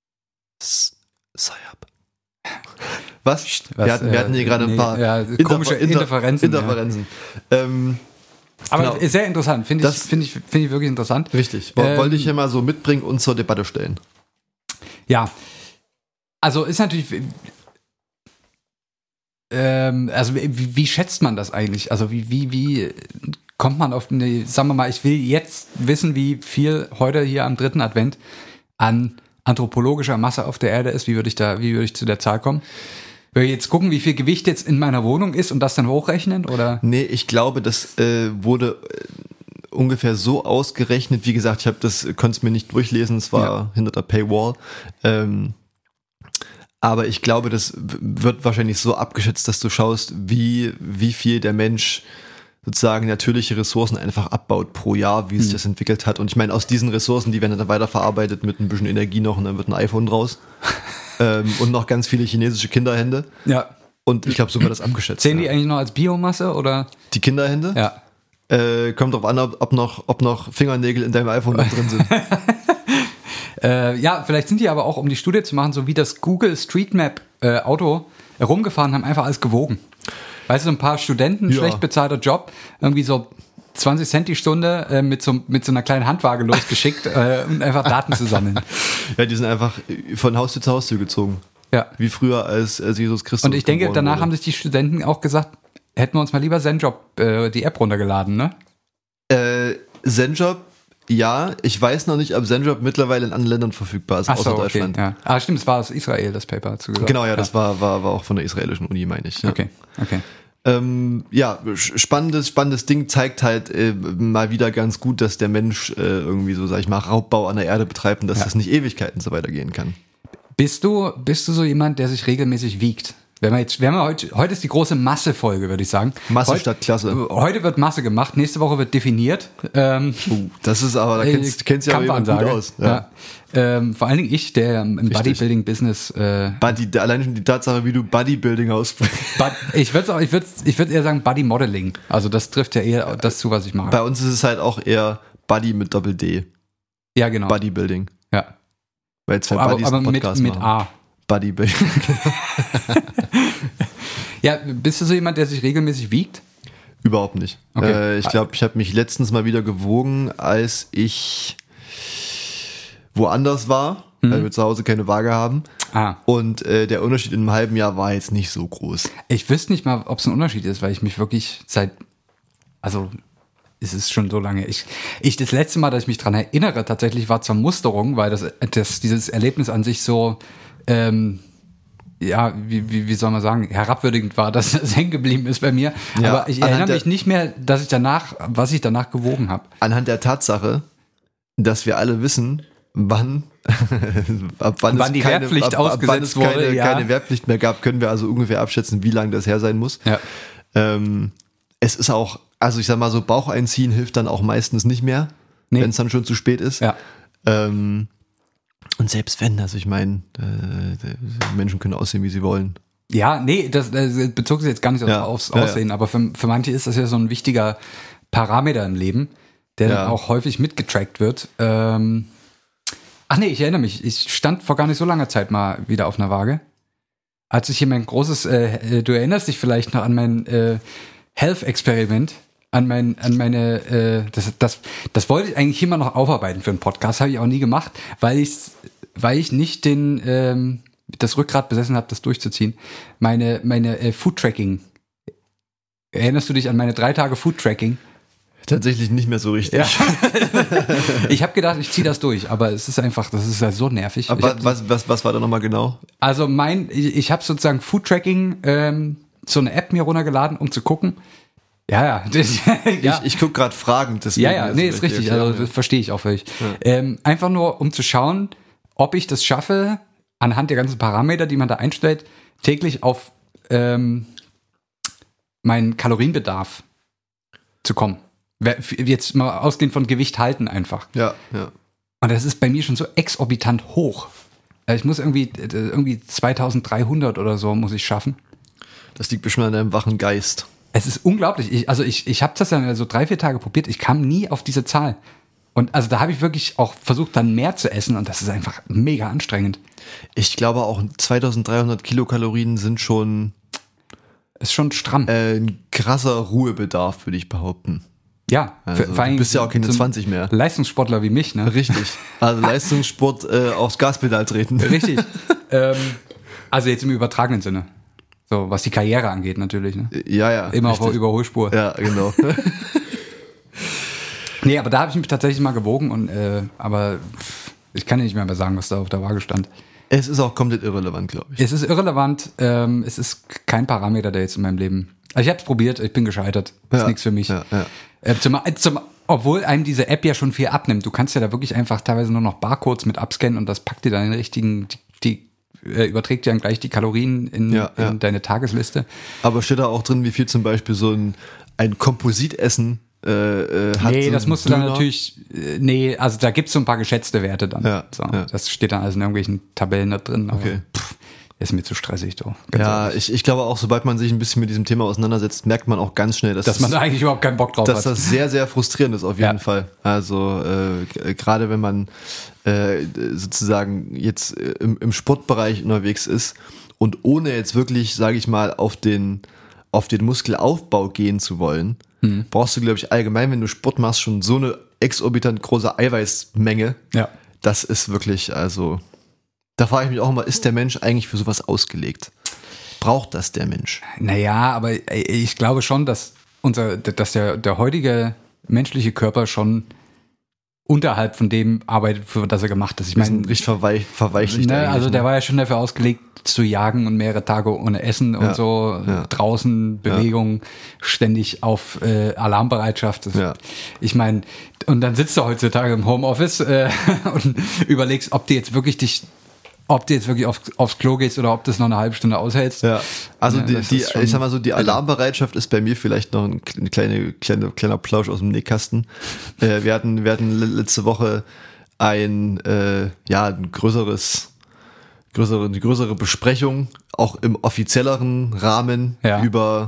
Sayab. Was? Was? Wir hatten, wir hatten hier gerade nee, ein paar ja, Interfer- komische Inter- Interferenzen. Interferenzen. Ja. Ähm, Aber genau. sehr interessant, finde ich, Das- finde ich, finde ich wirklich interessant. Richtig. Wo- Ähm, Wollte ich hier mal so mitbringen und zur Debatte stellen. Ja, also ist natürlich, ähm, also wie, wie schätzt man das eigentlich? Also wie, wie, wie kommt man auf eine, sagen wir mal, ich will jetzt wissen, wie viel heute hier am dritten Advent an anthropologischer Masse auf der Erde ist. Wie würde ich da, wie würde ich zu der Zahl kommen? Will ich jetzt gucken, wie viel Gewicht jetzt in meiner Wohnung ist und das dann hochrechnen, oder? Nee, ich glaube, das äh, wurde äh, ungefähr so ausgerechnet. Wie gesagt, ich habe das, konnte es mir nicht durchlesen, es war Ja. hinter der Paywall. Ähm, aber ich glaube, das w- wird wahrscheinlich so abgeschätzt, dass du schaust, wie, wie viel der Mensch sozusagen natürliche Ressourcen einfach abbaut pro Jahr, wie sich das entwickelt hat. Und ich meine, aus diesen Ressourcen, die werden dann weiterverarbeitet mit ein bisschen Energie noch und dann wird ein iPhone draus. ähm, und noch ganz viele chinesische Kinderhände. Ja. Und ich glaube, so wird das abgeschätzt. Zählen die ja. eigentlich noch als Biomasse, oder? Die Kinderhände? Ja. Äh, kommt drauf an, ob, ob, noch, ob noch Fingernägel in deinem iPhone noch drin sind. Äh, ja, vielleicht sind die aber auch, um die Studie zu machen, so wie das Google Street Map äh, Auto herumgefahren, haben einfach alles gewogen. Weißt du, so ein paar Studenten, Ja. schlecht bezahlter Job, irgendwie so zwanzig Cent die Stunde äh, mit, so, mit so einer kleinen Handwaage losgeschickt äh, und einfach Daten zu sammeln. Ja, die sind einfach von Haustür zu Haustür gezogen. Ja. Wie früher, als, als Jesus Christus Und ich denke, geboren danach wurde. haben sich die Studenten auch gesagt, hätten wir uns mal lieber ZenJob äh, die App runtergeladen, ne? Äh, ZenJob, ja. Ich weiß noch nicht, ob ZenJob mittlerweile in anderen Ländern verfügbar ist, Ach außer so, okay, Deutschland. ja. Ah, stimmt, es war aus Israel, das Paper, hast du gesagt. Genau, ja, das War, war, war auch von der israelischen Uni, meine ich. Ja. Okay, okay. Ähm, ja, spannendes, spannendes Ding, zeigt halt äh, mal wieder ganz gut, dass der Mensch äh, irgendwie so, sag ich mal, Raubbau an der Erde betreibt und dass Ja. das nicht Ewigkeiten so weitergehen kann. Bist du, bist du so jemand, der sich regelmäßig wiegt? Wenn wir jetzt, wenn wir heute, heute ist die große Massefolge, würde ich sagen. Masse heute, statt Klasse. Heute wird Masse gemacht, nächste Woche wird definiert. Ähm, Uh, das ist aber, da kennst, äh, kennst du ja aber jemand gut Kampfansage. aus. Ja. Ja. Ähm, vor allen Dingen ich, der im Richtig. Bodybuilding-Business. Äh, Buddy, allein schon die Tatsache, wie du Bodybuilding aussprichst. But, ich würde ich würd, ich würd eher sagen Bodymodeling. Also das trifft ja eher das zu, was ich mache. Bei uns ist es halt auch eher Buddy mit Doppel-D. Ja, genau. Bodybuilding. Ja. Weil zwei Aber, Buddies aber einen mit, Podcast mit machen. A. Bodybuilding. Ja, bist du so jemand, der sich regelmäßig wiegt? Überhaupt nicht. Okay. Äh, ich glaube, ich habe mich letztens mal wieder gewogen, als ich woanders war, Mhm. weil wir zu Hause keine Waage haben. Ah. Und äh, der Unterschied in einem halben Jahr war jetzt nicht so groß. Ich wüsste nicht mal, ob es ein Unterschied ist, weil ich mich wirklich seit, also es ist schon so lange. Ich, ich das letzte Mal, dass ich mich dran erinnere, tatsächlich war zur Musterung, weil das, das dieses Erlebnis an sich so, ähm, ja, wie, wie, wie soll man sagen, herabwürdigend war, dass das hängen geblieben ist bei mir. Ja, aber ich erinnere mich nicht mehr, dass ich danach, was ich danach gewogen habe. Anhand der Tatsache, dass wir alle wissen, wann, ab wann, wann es die keine, Wehrpflicht ab, ab, ausgesetzt wann es keine, wurde, ja. keine Wehrpflicht mehr gab, können wir also ungefähr abschätzen, wie lange das her sein muss. Ja. Ähm, es ist auch, also ich sag mal so, Bauch einziehen hilft dann auch meistens nicht mehr, Nee. wenn es dann schon zu spät ist. Ja. Ähm, und selbst wenn, also ich meine, äh, die Menschen können aussehen, wie sie wollen. Ja, nee, das, das bezog sich jetzt gar nicht Ja, aufs ja, Aussehen, ja. aber für, für manche ist das ja so ein wichtiger Parameter im Leben, der Ja. dann auch häufig mitgetrackt wird. Ähm, ach nee, ich erinnere mich, ich stand vor gar nicht so langer Zeit mal wieder auf einer Waage. Als ich hier mein großes, äh, du erinnerst dich vielleicht noch an mein äh, Health-Experiment, an mein, an meine, äh, das, das, das wollte ich eigentlich immer noch aufarbeiten für einen Podcast, habe ich auch nie gemacht, weil ich, weil ich nicht den, ähm, das Rückgrat besessen habe, das durchzuziehen. Meine, meine äh, Food-Tracking. Erinnerst du dich an meine drei Tage Food-Tracking? Tatsächlich nicht mehr so richtig. Ja. Ich habe gedacht, ich ziehe das durch, aber es ist einfach, das ist ja so nervig. Aber Ich hab, was, was, was war da nochmal genau? also mein, ich, ich habe sozusagen Food-Tracking, ähm, so eine App mir runtergeladen, um zu gucken. Ja, ja. Das, ja. Ich, ich gucke gerade fragend. Deswegen Ja, ja, nee, ist richtig. erklären. Also das verstehe ich auch völlig. Ja. Ähm, einfach nur, um zu schauen, ob ich das schaffe, anhand der ganzen Parameter, die man da einstellt, täglich auf ähm, meinen Kalorienbedarf zu kommen. Wer- Jetzt mal ausgehend von Gewicht halten einfach. Ja, ja. Und das ist bei mir schon so exorbitant hoch. Also ich muss irgendwie, äh, irgendwie zweitausenddreihundert oder so muss ich schaffen. Das liegt bestimmt an deinem wachen Geist. Es ist unglaublich. Ich, also ich, ich habe das dann so drei, vier Tage probiert. Ich kam nie auf diese Zahl. Und also da habe ich wirklich auch versucht, dann mehr zu essen. Und das ist einfach mega anstrengend. Ich glaube auch zweitausenddreihundert Kilokalorien sind schon Ist schon stramm. äh, ein krasser Ruhebedarf, würde ich behaupten. ja, Also, vor allem du bist ja auch keine so ein zwanzig mehr. Leistungssportler wie mich, ne? Richtig. Also Leistungssport äh, aufs Gaspedal treten. Richtig. ähm, also jetzt im übertragenen Sinne. So, was die Karriere angeht natürlich, ne? Ja, ja. Immer auf der richtig. Überholspur. Ja, genau. Nee, aber da habe ich mich tatsächlich mal gewogen und äh, aber pff, ich kann dir nicht mehr, mehr sagen, was da auf der Waage stand. Es ist auch komplett irrelevant, glaube ich. Es ist irrelevant, ähm, es ist kein Parameter, der jetzt in meinem Leben. Also ich habe es probiert, ich bin gescheitert. Das Ja, ist nichts für mich. ja, ja. Äh, zum, zum, obwohl einem diese App ja schon viel abnimmt. Du kannst ja da wirklich einfach teilweise nur noch Barcodes mit abscannen und das packt dir dann den richtigen, die, die äh, überträgt dir dann gleich die Kalorien in, Ja, ja. in deine Tagesliste. Aber steht da auch drin, wie viel zum Beispiel so ein, ein Kompositessen äh, äh, hat? Nee, so das ein musst du dann Döner? natürlich, äh, nee, also da gibt's so ein paar geschätzte Werte dann. Ja, so, ja. Das steht dann also in irgendwelchen Tabellen da drin. Aber Okay. pff, ist mir zu stressig, doch. Ganz Ja, ehrlich. ich, ich glaube auch, sobald man sich ein bisschen mit diesem Thema auseinandersetzt, merkt man auch ganz schnell, dass, Dass man da eigentlich überhaupt keinen Bock drauf dass hat. das sehr, sehr frustrierend ist auf jeden Ja. Fall. Also äh, g- gerade wenn man äh, sozusagen jetzt äh, im, im Sportbereich unterwegs ist und ohne jetzt wirklich, sage ich mal, auf den, auf den Muskelaufbau gehen zu wollen, Mhm. brauchst du, glaube ich, allgemein, wenn du Sport machst, schon so eine exorbitant große Eiweißmenge. Ja. Das ist wirklich, also, da frage ich mich auch immer, ist der Mensch eigentlich für sowas ausgelegt? Braucht das der Mensch? Naja, aber äh, ich glaube schon, dass unser, dass der, der heutige menschliche Körper schon unterhalb von dem arbeitet, für das er gemacht ist. Ich Wir sind meine, richtig verweich, verweichlicht ne, eigentlich, also der ne? war ja schon dafür ausgelegt, zu jagen und mehrere Tage ohne Essen und Ja, so, ja. draußen Bewegung, ständig auf äh, Alarmbereitschaft. Das, Ja. Ich meine, und dann sitzt du heutzutage im Homeoffice äh, und überlegst, ob du jetzt wirklich dich, ob du jetzt wirklich auf, aufs Klo gehst oder ob du es noch eine halbe Stunde aushältst. Ja, also Ja, die, das die ist schon ich sag mal so, die Alarmbereitschaft ist bei mir vielleicht noch ein kle- kleine, kleine, kleiner Plausch aus dem Nähkasten. Äh, wir hatten, wir hatten le- letzte Woche ein, äh, ja, ein größeres, größere, eine größere Besprechung, auch im offizielleren Rahmen Ja. über,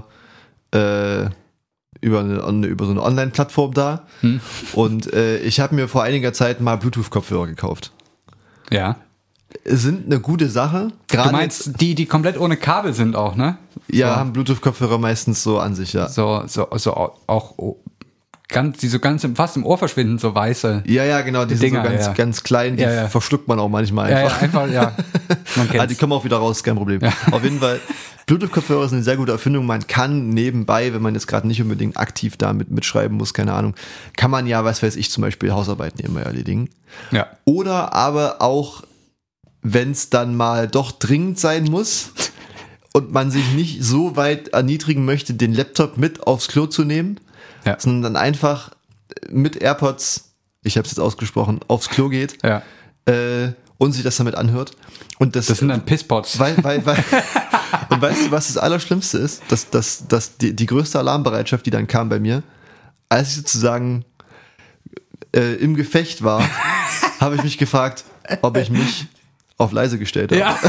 äh, über, eine, über so eine Online-Plattform da. Hm. Und äh, ich habe mir vor einiger Zeit mal Bluetooth-Kopfhörer gekauft. Ja. Sind eine gute Sache. Du Gerade meinst, die, die komplett ohne Kabel sind auch, ne? ja, so. haben Bluetooth-Kopfhörer meistens so an sich, ja. So, so, so auch oh, ganz, die so ganz im, fast im Ohr verschwinden, so weiße. Ja, ja, genau, die, Die sind Dinger, so ganz, ja. ganz klein, die Ja, ja. verschluckt man auch manchmal Ja, ja, einfach. einfach, ja. Man Ah, kennt's. die kommen auch wieder raus, kein Problem. Auf jeden Fall, Bluetooth-Kopfhörer sind eine sehr gute Erfindung. Man kann nebenbei, wenn man jetzt gerade nicht unbedingt aktiv damit mitschreiben muss, keine Ahnung, kann man ja, was weiß ich, zum Beispiel Hausarbeiten nebenbei erledigen. Ja. Oder aber auch, wenn es dann mal doch dringend sein muss und man sich nicht so weit erniedrigen möchte, den Laptop mit aufs Klo zu nehmen, ja. sondern dann einfach mit AirPods, ich habe es jetzt ausgesprochen, aufs Klo geht ja. äh, und sich das damit anhört. Und das, das sind dann Pisspots. Weil, weil, weil, und weißt du, was das Allerschlimmste ist? Das, das, das, die, die größte Alarmbereitschaft, die dann kam bei mir, als ich sozusagen äh, im Gefecht war, habe ich mich gefragt, ob ich mich auf leise gestellt habe. Ja.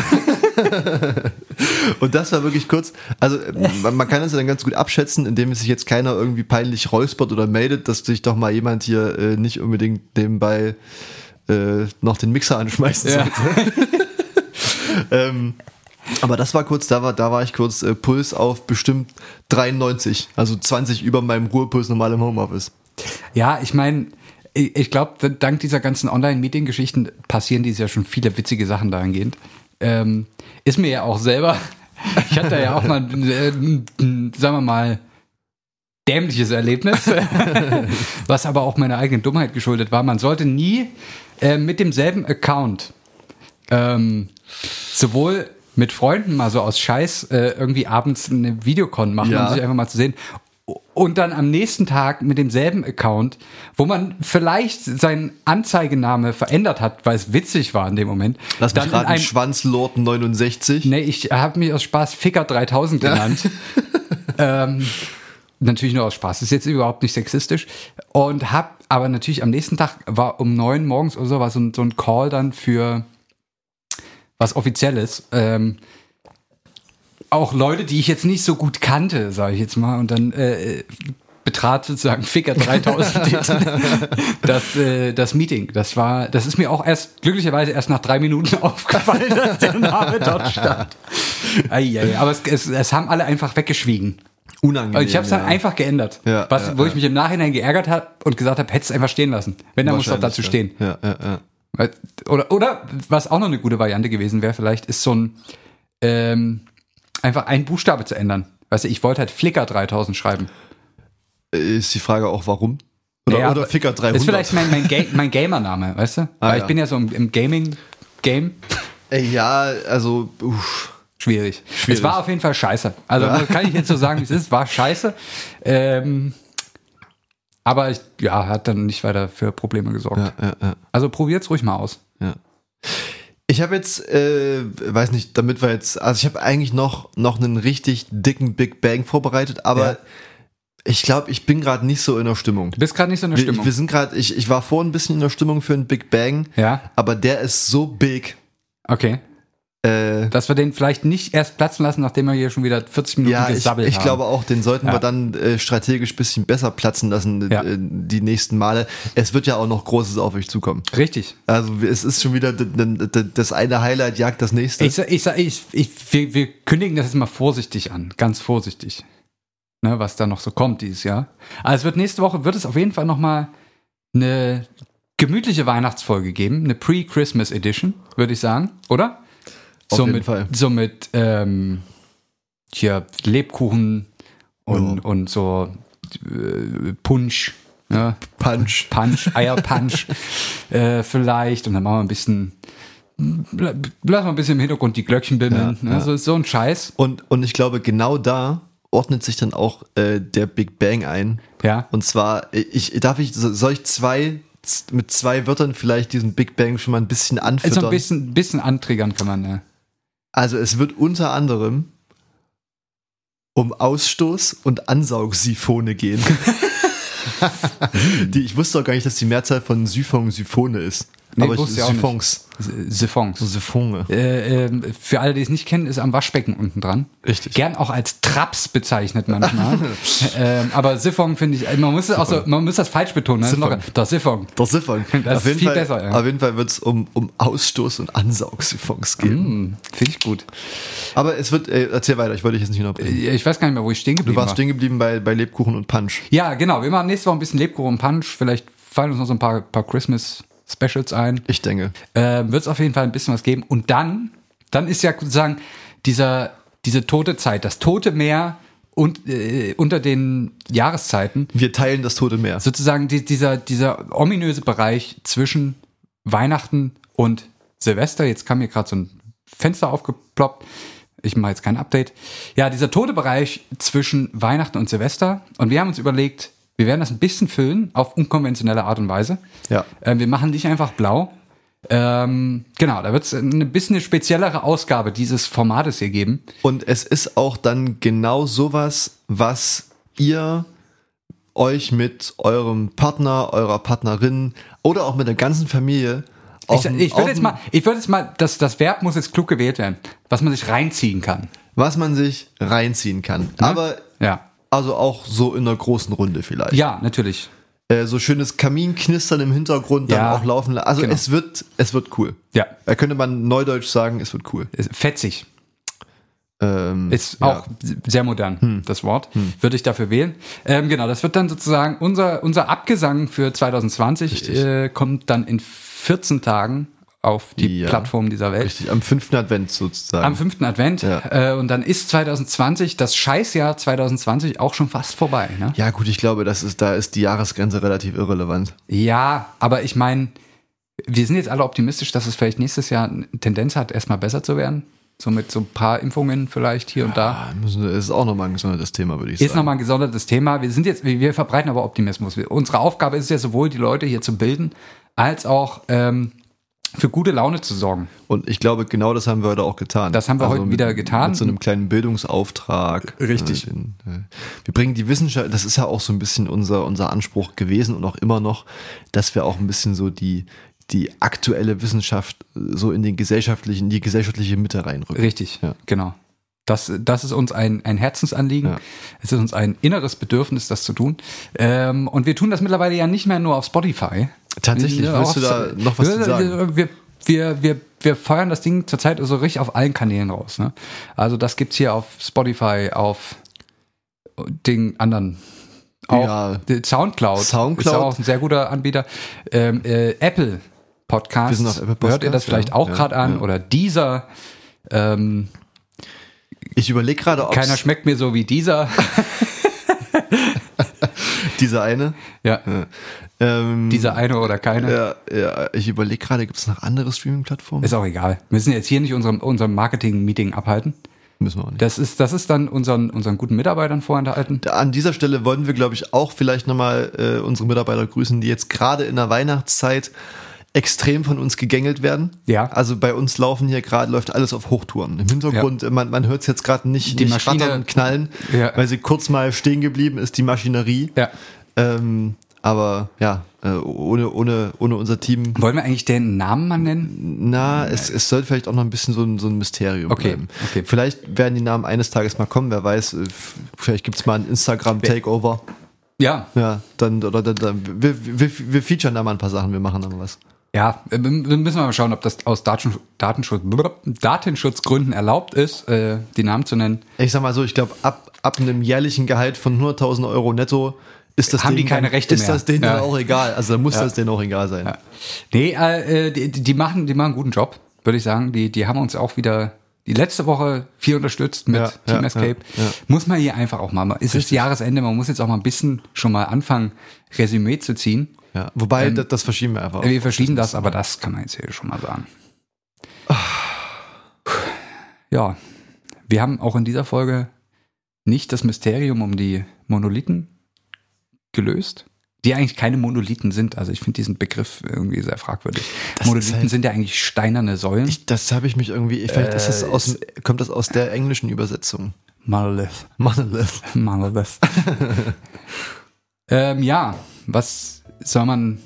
Und das war wirklich kurz, also man, man kann es ja dann ganz gut abschätzen, indem es sich jetzt keiner irgendwie peinlich räuspert oder meldet, dass sich doch mal jemand hier äh, nicht unbedingt nebenbei äh, noch den Mixer anschmeißen ja. sollte. ähm, aber das war kurz, da war, da war ich kurz äh, Puls auf bestimmt dreiundneunzig, also zwanzig über meinem Ruhepuls normal im Homeoffice. Ja, ich meine, ich glaube, dank dieser ganzen Online-Meeting-Geschichten passieren dieses Jahr schon viele witzige Sachen dahingehend. Ähm, ist mir ja auch selber, ich hatte ja auch mal, äh, sagen wir mal, dämliches Erlebnis, was aber auch meiner eigenen Dummheit geschuldet war. Man sollte nie äh, mit demselben Account ähm, sowohl mit Freunden mal so aus Scheiß äh, irgendwie abends eine Videocon machen, ja. um sich einfach mal zu sehen. Und dann am nächsten Tag mit demselben Account, wo man vielleicht seinen Anzeigename verändert hat, weil es witzig war in dem Moment. Lass mich raten, einem, Schwanzlord neunundsechzig. Nee, ich habe mich aus Spaß Ficker dreitausend genannt. ähm, natürlich nur aus Spaß, ist jetzt überhaupt nicht sexistisch. Und hab aber natürlich am nächsten Tag, war um neun morgens oder so, war so ein, so ein Call dann für was Offizielles. Ähm, auch Leute, die ich jetzt nicht so gut kannte, sage ich jetzt mal, und dann äh, betrat sozusagen Ficker dreitausend das, äh, das Meeting. Das war, das ist mir auch erst, glücklicherweise erst nach drei Minuten aufgefallen, dass der Name dort stand. Eieiei, aber es, es, es haben alle einfach weggeschwiegen. Unangenehm. Und ich habe es dann ja. einfach geändert, ja, was, ja, wo ja. ich mich im Nachhinein geärgert habe und gesagt habe, hättest es einfach stehen lassen. Wenn, dann muss doch dazu stehen. Ja, ja, ja. Oder, oder was auch noch eine gute Variante gewesen wäre, vielleicht ist so ein ähm, einfach einen Buchstabe zu ändern. Weißt du, ich wollte halt Flickr dreitausend schreiben. Ist die Frage auch, warum? Oder, naja, oder Ficker dreihundert. Das ist vielleicht mein, mein, Ga- mein Gamer-Name, weißt du? Ah, Weil ja. ich bin ja so im, im Gaming-Game. Ja, also, uff. Schwierig. Schwierig. Es war auf jeden Fall scheiße. Also ja. kann ich jetzt so sagen, wie es ist. War scheiße. Ähm, aber ich, ja, hat dann nicht weiter für Probleme gesorgt. Ja, ja, ja. Also probiert's ruhig mal aus. Ja. Ich habe jetzt, äh, weiß nicht, damit wir jetzt, also ich habe eigentlich noch, noch einen richtig dicken Big Bang vorbereitet, aber ja. ich glaube, ich bin gerade nicht so in der Stimmung. Du bist gerade nicht so in der wir, Stimmung. Wir sind gerade, ich, ich war vorhin ein bisschen in der Stimmung für einen Big Bang, ja. aber der ist so big. Okay. Äh, Dass wir den vielleicht nicht erst platzen lassen, nachdem wir hier schon wieder vierzig Minuten ja, gesabbelt ich, ich haben. Ich glaube auch, den sollten ja. wir dann äh, strategisch ein bisschen besser platzen lassen, ja. äh, die nächsten Male. Es wird ja auch noch Großes auf euch zukommen. Richtig. Also es ist schon wieder d- d- d- das eine Highlight jagt das nächste. Ich sag, ich sag, ich, ich, wir, wir kündigen das jetzt mal vorsichtig an, ganz vorsichtig, ne, was da noch so kommt dieses Jahr. Also es wird nächste Woche, wird es auf jeden Fall nochmal eine gemütliche Weihnachtsfolge geben, eine Pre-Christmas Edition, würde ich sagen, oder? Auf so jeden mit, Fall. So mit ähm, hier Lebkuchen und, ja. und so äh, Punsch. Ne? Punch. Punch, Eierpunch äh, vielleicht. Und dann machen wir ein bisschen, lassen wir ein bisschen im Hintergrund die Glöckchen bimmeln. Ja, ne? ja. so, so ein Scheiß. Und, und ich glaube, genau da ordnet sich dann auch äh, der Big Bang ein. Ja. Und zwar, ich darf ich, soll ich zwei mit zwei Wörtern vielleicht diesen Big Bang schon mal ein bisschen anfüttern? Also ein bisschen, bisschen antriggern kann man, ja. Also es wird unter anderem um Ausstoß und Ansaugsifone gehen. die, ich wusste auch gar nicht, dass die Mehrzahl von Siphon Siphone ist. Nee, aber ich, wusste ich auch Siphons. Siphons. Siphone. Äh, äh, für alle, die es nicht kennen, ist am Waschbecken unten dran. Richtig. Gern auch als Traps bezeichnet manchmal. ähm, aber Siphon finde ich, man muss, auch so, man muss das falsch betonen. Ne? Siphon. Das Siphon. Der Siphon. Das auf ist jeden viel Fall, besser. Ja. Auf jeden Fall wird es um, um Ausstoß und Ansaugsifons gehen. Mm, finde ich gut. Aber es wird, äh, erzähl weiter, ich wollte dich jetzt nicht unterbrechen. Ich weiß gar nicht mehr, wo ich stehen geblieben Du warst war. stehen geblieben bei, bei Lebkuchen und Punch. Ja, genau. Wir machen nächste Woche ein bisschen Lebkuchen und Punch. Vielleicht fallen uns noch so ein paar, paar Christmas-Specials ein. Ich denke. Äh, wird es auf jeden Fall ein bisschen was geben. Und dann, dann ist ja sozusagen dieser, diese tote Zeit, das tote Meer und, äh, unter den Jahreszeiten. Wir teilen das Tote Meer. Sozusagen die, dieser, dieser ominöse Bereich zwischen Weihnachten und Silvester. Jetzt kam mir gerade so ein Fenster aufgeploppt. Ich mache jetzt kein Update. Ja, dieser tote Bereich zwischen Weihnachten und Silvester. Und wir haben uns überlegt, wir werden das ein bisschen füllen auf unkonventionelle Art und Weise. Ja. Ähm, wir machen nicht einfach blau. Ähm, genau, da wird es eine bisschen eine speziellere Ausgabe dieses Formates hier geben. Und es ist auch dann genau sowas, was ihr euch mit eurem Partner, eurer Partnerin oder auch mit der ganzen Familie Ich, ich würde jetzt mal, ich würde jetzt mal, das, das Verb muss jetzt klug gewählt werden, was man sich reinziehen kann. was man sich reinziehen kann. Ja? Aber Ja. also auch so in einer großen Runde vielleicht. Ja, natürlich. Äh, so schönes Kaminknistern im Hintergrund dann Ja, auch laufen lassen. Also genau. es wird, es wird cool. Ja. Da könnte man neudeutsch sagen, es wird cool. Ist fetzig. Ähm, Ist ja. auch sehr modern, das Wort. Würde ich dafür wählen. Ähm, genau, das wird dann sozusagen unser, unser Abgesang für zwanzig zwanzig äh, kommt dann in vierzehn Tagen auf die Ja. Plattform dieser Welt. Richtig, am fünften Advent sozusagen. Am fünften Advent. Ja. Äh, und dann ist zwanzig zwanzig, das Scheißjahr zwanzig zwanzig, auch schon fast vorbei. Ne? Ja gut, ich glaube, das ist, da ist die Jahresgrenze relativ irrelevant. Ja, aber ich meine, wir sind jetzt alle optimistisch, dass es vielleicht nächstes Jahr eine Tendenz hat, erstmal besser zu werden. So mit so ein paar Impfungen vielleicht hier und da. Ah, müssen wir- ist auch nochmal ein gesondertes Thema, würde ich Ist sagen. nochmal ein gesondertes Thema. Wir sind jetzt, wir wir verbreiten aber Optimismus. Wir, unsere Aufgabe ist es ja sowohl, die Leute hier zu bilden, als auch ähm, für gute Laune zu sorgen. Und ich glaube, genau das haben wir heute auch getan. Das haben wir heute mit, wieder getan. Mit so einem kleinen Bildungsauftrag. Richtig. Äh, den, äh, wir bringen die Wissenschaft, das ist ja auch so ein bisschen unser, unser Anspruch gewesen und auch immer noch, dass wir auch ein bisschen so die, die aktuelle Wissenschaft so in den gesellschaftlichen, in die gesellschaftliche Mitte reinrücken. Richtig, Ja. genau. Das, das ist uns ein, ein Herzensanliegen. Ja. Es ist uns ein inneres Bedürfnis, das zu tun. Ähm, und wir tun das mittlerweile ja nicht mehr nur auf Spotify. Tatsächlich, Wir- willst du auf- da noch was zu sagen? Wir, wir, wir, wir feuern das Ding zurzeit so richtig auf allen Kanälen raus. Ne? Also das gibt's hier auf Spotify, auf den anderen. Auch Ja. die Soundcloud, Soundcloud. ist ja auch ein sehr guter Anbieter. Ähm, äh, Apple Podcasts, Wir sind auf Apple hört ihr Podcasts, das vielleicht ja. auch Ja, gerade an? ja. Oder dieser, ähm, Ich überlege gerade, ob keiner schmeckt mir so wie dieser. dieser eine. Ja, Ähm, dieser eine oder keine. Ja, ja, ich überlege gerade, gibt es noch andere Streaming-Plattformen? Ist auch egal. Wir müssen jetzt hier nicht unserem, unserem Marketing-Meeting abhalten. Müssen wir auch nicht. Das ist, das ist dann unseren, unseren guten Mitarbeitern vorenthalten. An dieser Stelle wollen wir, glaube ich, auch vielleicht nochmal äh, unsere Mitarbeiter grüßen, die jetzt gerade in der Weihnachtszeit extrem von uns gegängelt werden. Ja. Also bei uns laufen hier gerade, läuft alles auf Hochtouren. Im Hintergrund, äh, man, man hört es jetzt gerade nicht, Die nicht Maschine- rattern und knallen, Ja. weil sie kurz mal stehen geblieben ist, die Maschinerie. Ja. Ähm, aber ja, äh, ohne, ohne, ohne unser Team, Wollen wir eigentlich den Namen mal nennen? na, es, es soll vielleicht auch noch ein bisschen so ein, so ein Mysterium Okay, bleiben. okay. Vielleicht werden die Namen eines Tages mal kommen, wer weiß, äh, f- vielleicht gibt es mal ein Instagram-Takeover. Ja. Ja, dann, oder dann, dann wir, wir, wir featuren da mal ein paar Sachen, wir machen da mal was. Ja, äh, müssen wir mal schauen, ob das aus Datenschutz, Datenschutz, Datenschutzgründen erlaubt ist, äh, die Namen zu nennen. Ich sag mal so, ich glaube, ab, ab einem jährlichen Gehalt von hunderttausend Euro netto ist das Haben die denen keine dann, Rechte ist mehr. das denen Ja. dann auch egal. Also da muss Ja. das denen auch egal sein. Ja. Nee, äh, die, die, machen, die machen einen guten Job, würde ich sagen. Die, die haben uns auch wieder die letzte Woche viel unterstützt mit Ja, Team ja, Escape. ja, ja. Muss man hier einfach auch mal. Es ist Richtig. Jahresende, man muss jetzt auch mal ein bisschen schon mal anfangen, Resümee zu ziehen. Ja. Wobei, Ähm, das, das verschieben wir einfach. Wir verschieben das, aber das kann man jetzt hier schon mal sagen. Ja, wir haben auch in dieser Folge nicht das Mysterium um die Monolithen gelöst, die eigentlich keine Monolithen sind. Also ich finde diesen Begriff irgendwie sehr fragwürdig. Das Monolithen ist halt- sind ja eigentlich steinerne Säulen. Ich, das habe ich mich irgendwie, vielleicht ist das Äh, aus, dem- kommt das aus der englischen Übersetzung. Monolith. Monolith. Monolith. ähm, ja, was soll man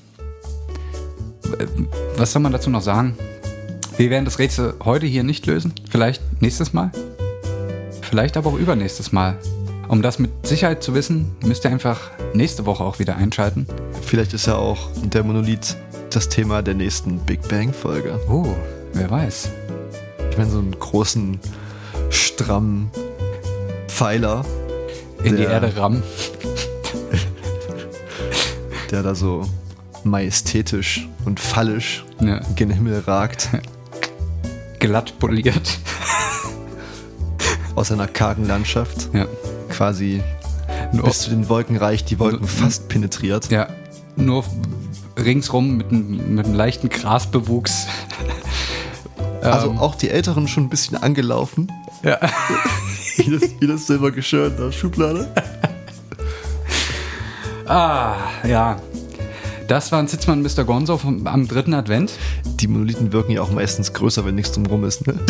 was soll man dazu noch sagen? Wir werden das Rätsel heute hier nicht lösen. Vielleicht nächstes Mal. Vielleicht aber auch übernächstes Mal. Um das mit Sicherheit zu wissen, müsst ihr einfach nächste Woche auch wieder einschalten. Vielleicht ist ja auch der Monolith das Thema der nächsten Big Bang Folge. Oh, wer weiß. Ich meine, so einen großen, strammen Pfeiler, In die Der- Erde rammen. der da so majestätisch und fallisch Ja. gen Himmel ragt, Glatt poliert. aus einer kargen Landschaft, Ja. quasi Nur, bis zu den Wolken reicht, die Wolken Nur- fast penetriert. ja, nur ringsrum mit einem, mit einem leichten Grasbewuchs. Also Ähm, auch die Älteren schon ein bisschen angelaufen. ja. Wie das, wie das Silbergeschirr in der Schublade. Ah, ja. Das war ein Sitzmann Mister Gonzo vom, am dritten Advent. Die Monolithen wirken ja auch meistens größer, wenn nichts drumherum ist, ne?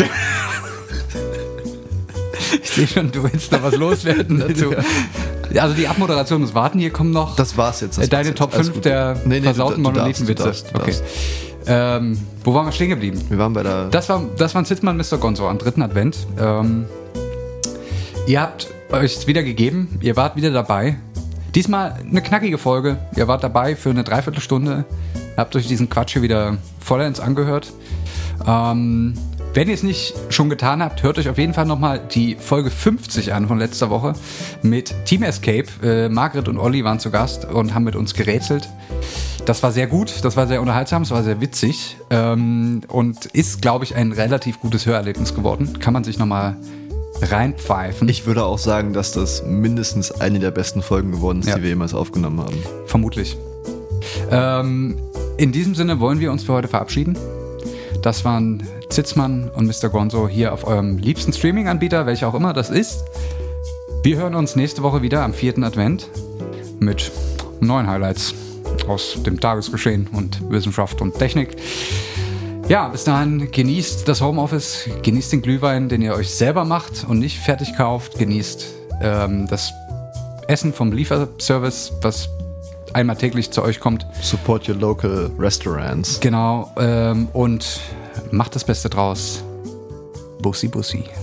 Ich sehe schon, du willst noch was loswerden dazu. Also die Abmoderation muss warten, hier kommen noch Das war's jetzt. Das äh, deine war's Top jetzt. Alles fünf gut. der Nee, nee, versauten du- du darfst, du Monolithenwitze. darfst, du Okay. darfst. Ähm, wo waren wir stehen geblieben? Wir waren bei der... Das war, das war ein Sitzmann Mister Gonzo am dritten Advent. Ähm, ihr habt euch wieder gegeben, ihr wart wieder dabei. Diesmal eine knackige Folge. Ihr wart dabei für eine Dreiviertelstunde. Habt euch diesen Quatsch hier wieder vollends angehört. Ähm, wenn ihr es nicht schon getan habt, hört euch auf jeden Fall nochmal die Folge fünfzig an von letzter Woche mit Team Escape. Äh, Margret und Olli waren zu Gast und haben mit uns gerätselt. Das war sehr gut, das war sehr unterhaltsam, es war sehr witzig ähm, und ist, glaube ich, ein relativ gutes Hörerlebnis geworden. Kann man sich nochmal reinpfeifen. Ich würde auch sagen, dass das mindestens eine der besten Folgen geworden ist, Ja. die wir jemals aufgenommen haben. Vermutlich. Ähm, in diesem Sinne wollen wir uns für heute verabschieden. Das waren Zitzmann und Mister Gonzo hier auf eurem liebsten Streaming-Anbieter, welcher auch immer das ist. Wir hören uns nächste Woche wieder am vierten Advent mit neuen Highlights aus dem Tagesgeschehen und Wissenschaft und Technik. Ja, bis dahin genießt das Homeoffice, genießt den Glühwein, den ihr euch selber macht und nicht fertig kauft. Genießt ähm, das Essen vom Lieferservice, was einmal täglich zu euch kommt. Support your local restaurants. Genau, ähm, und macht das Beste draus. Bussi, Bussi.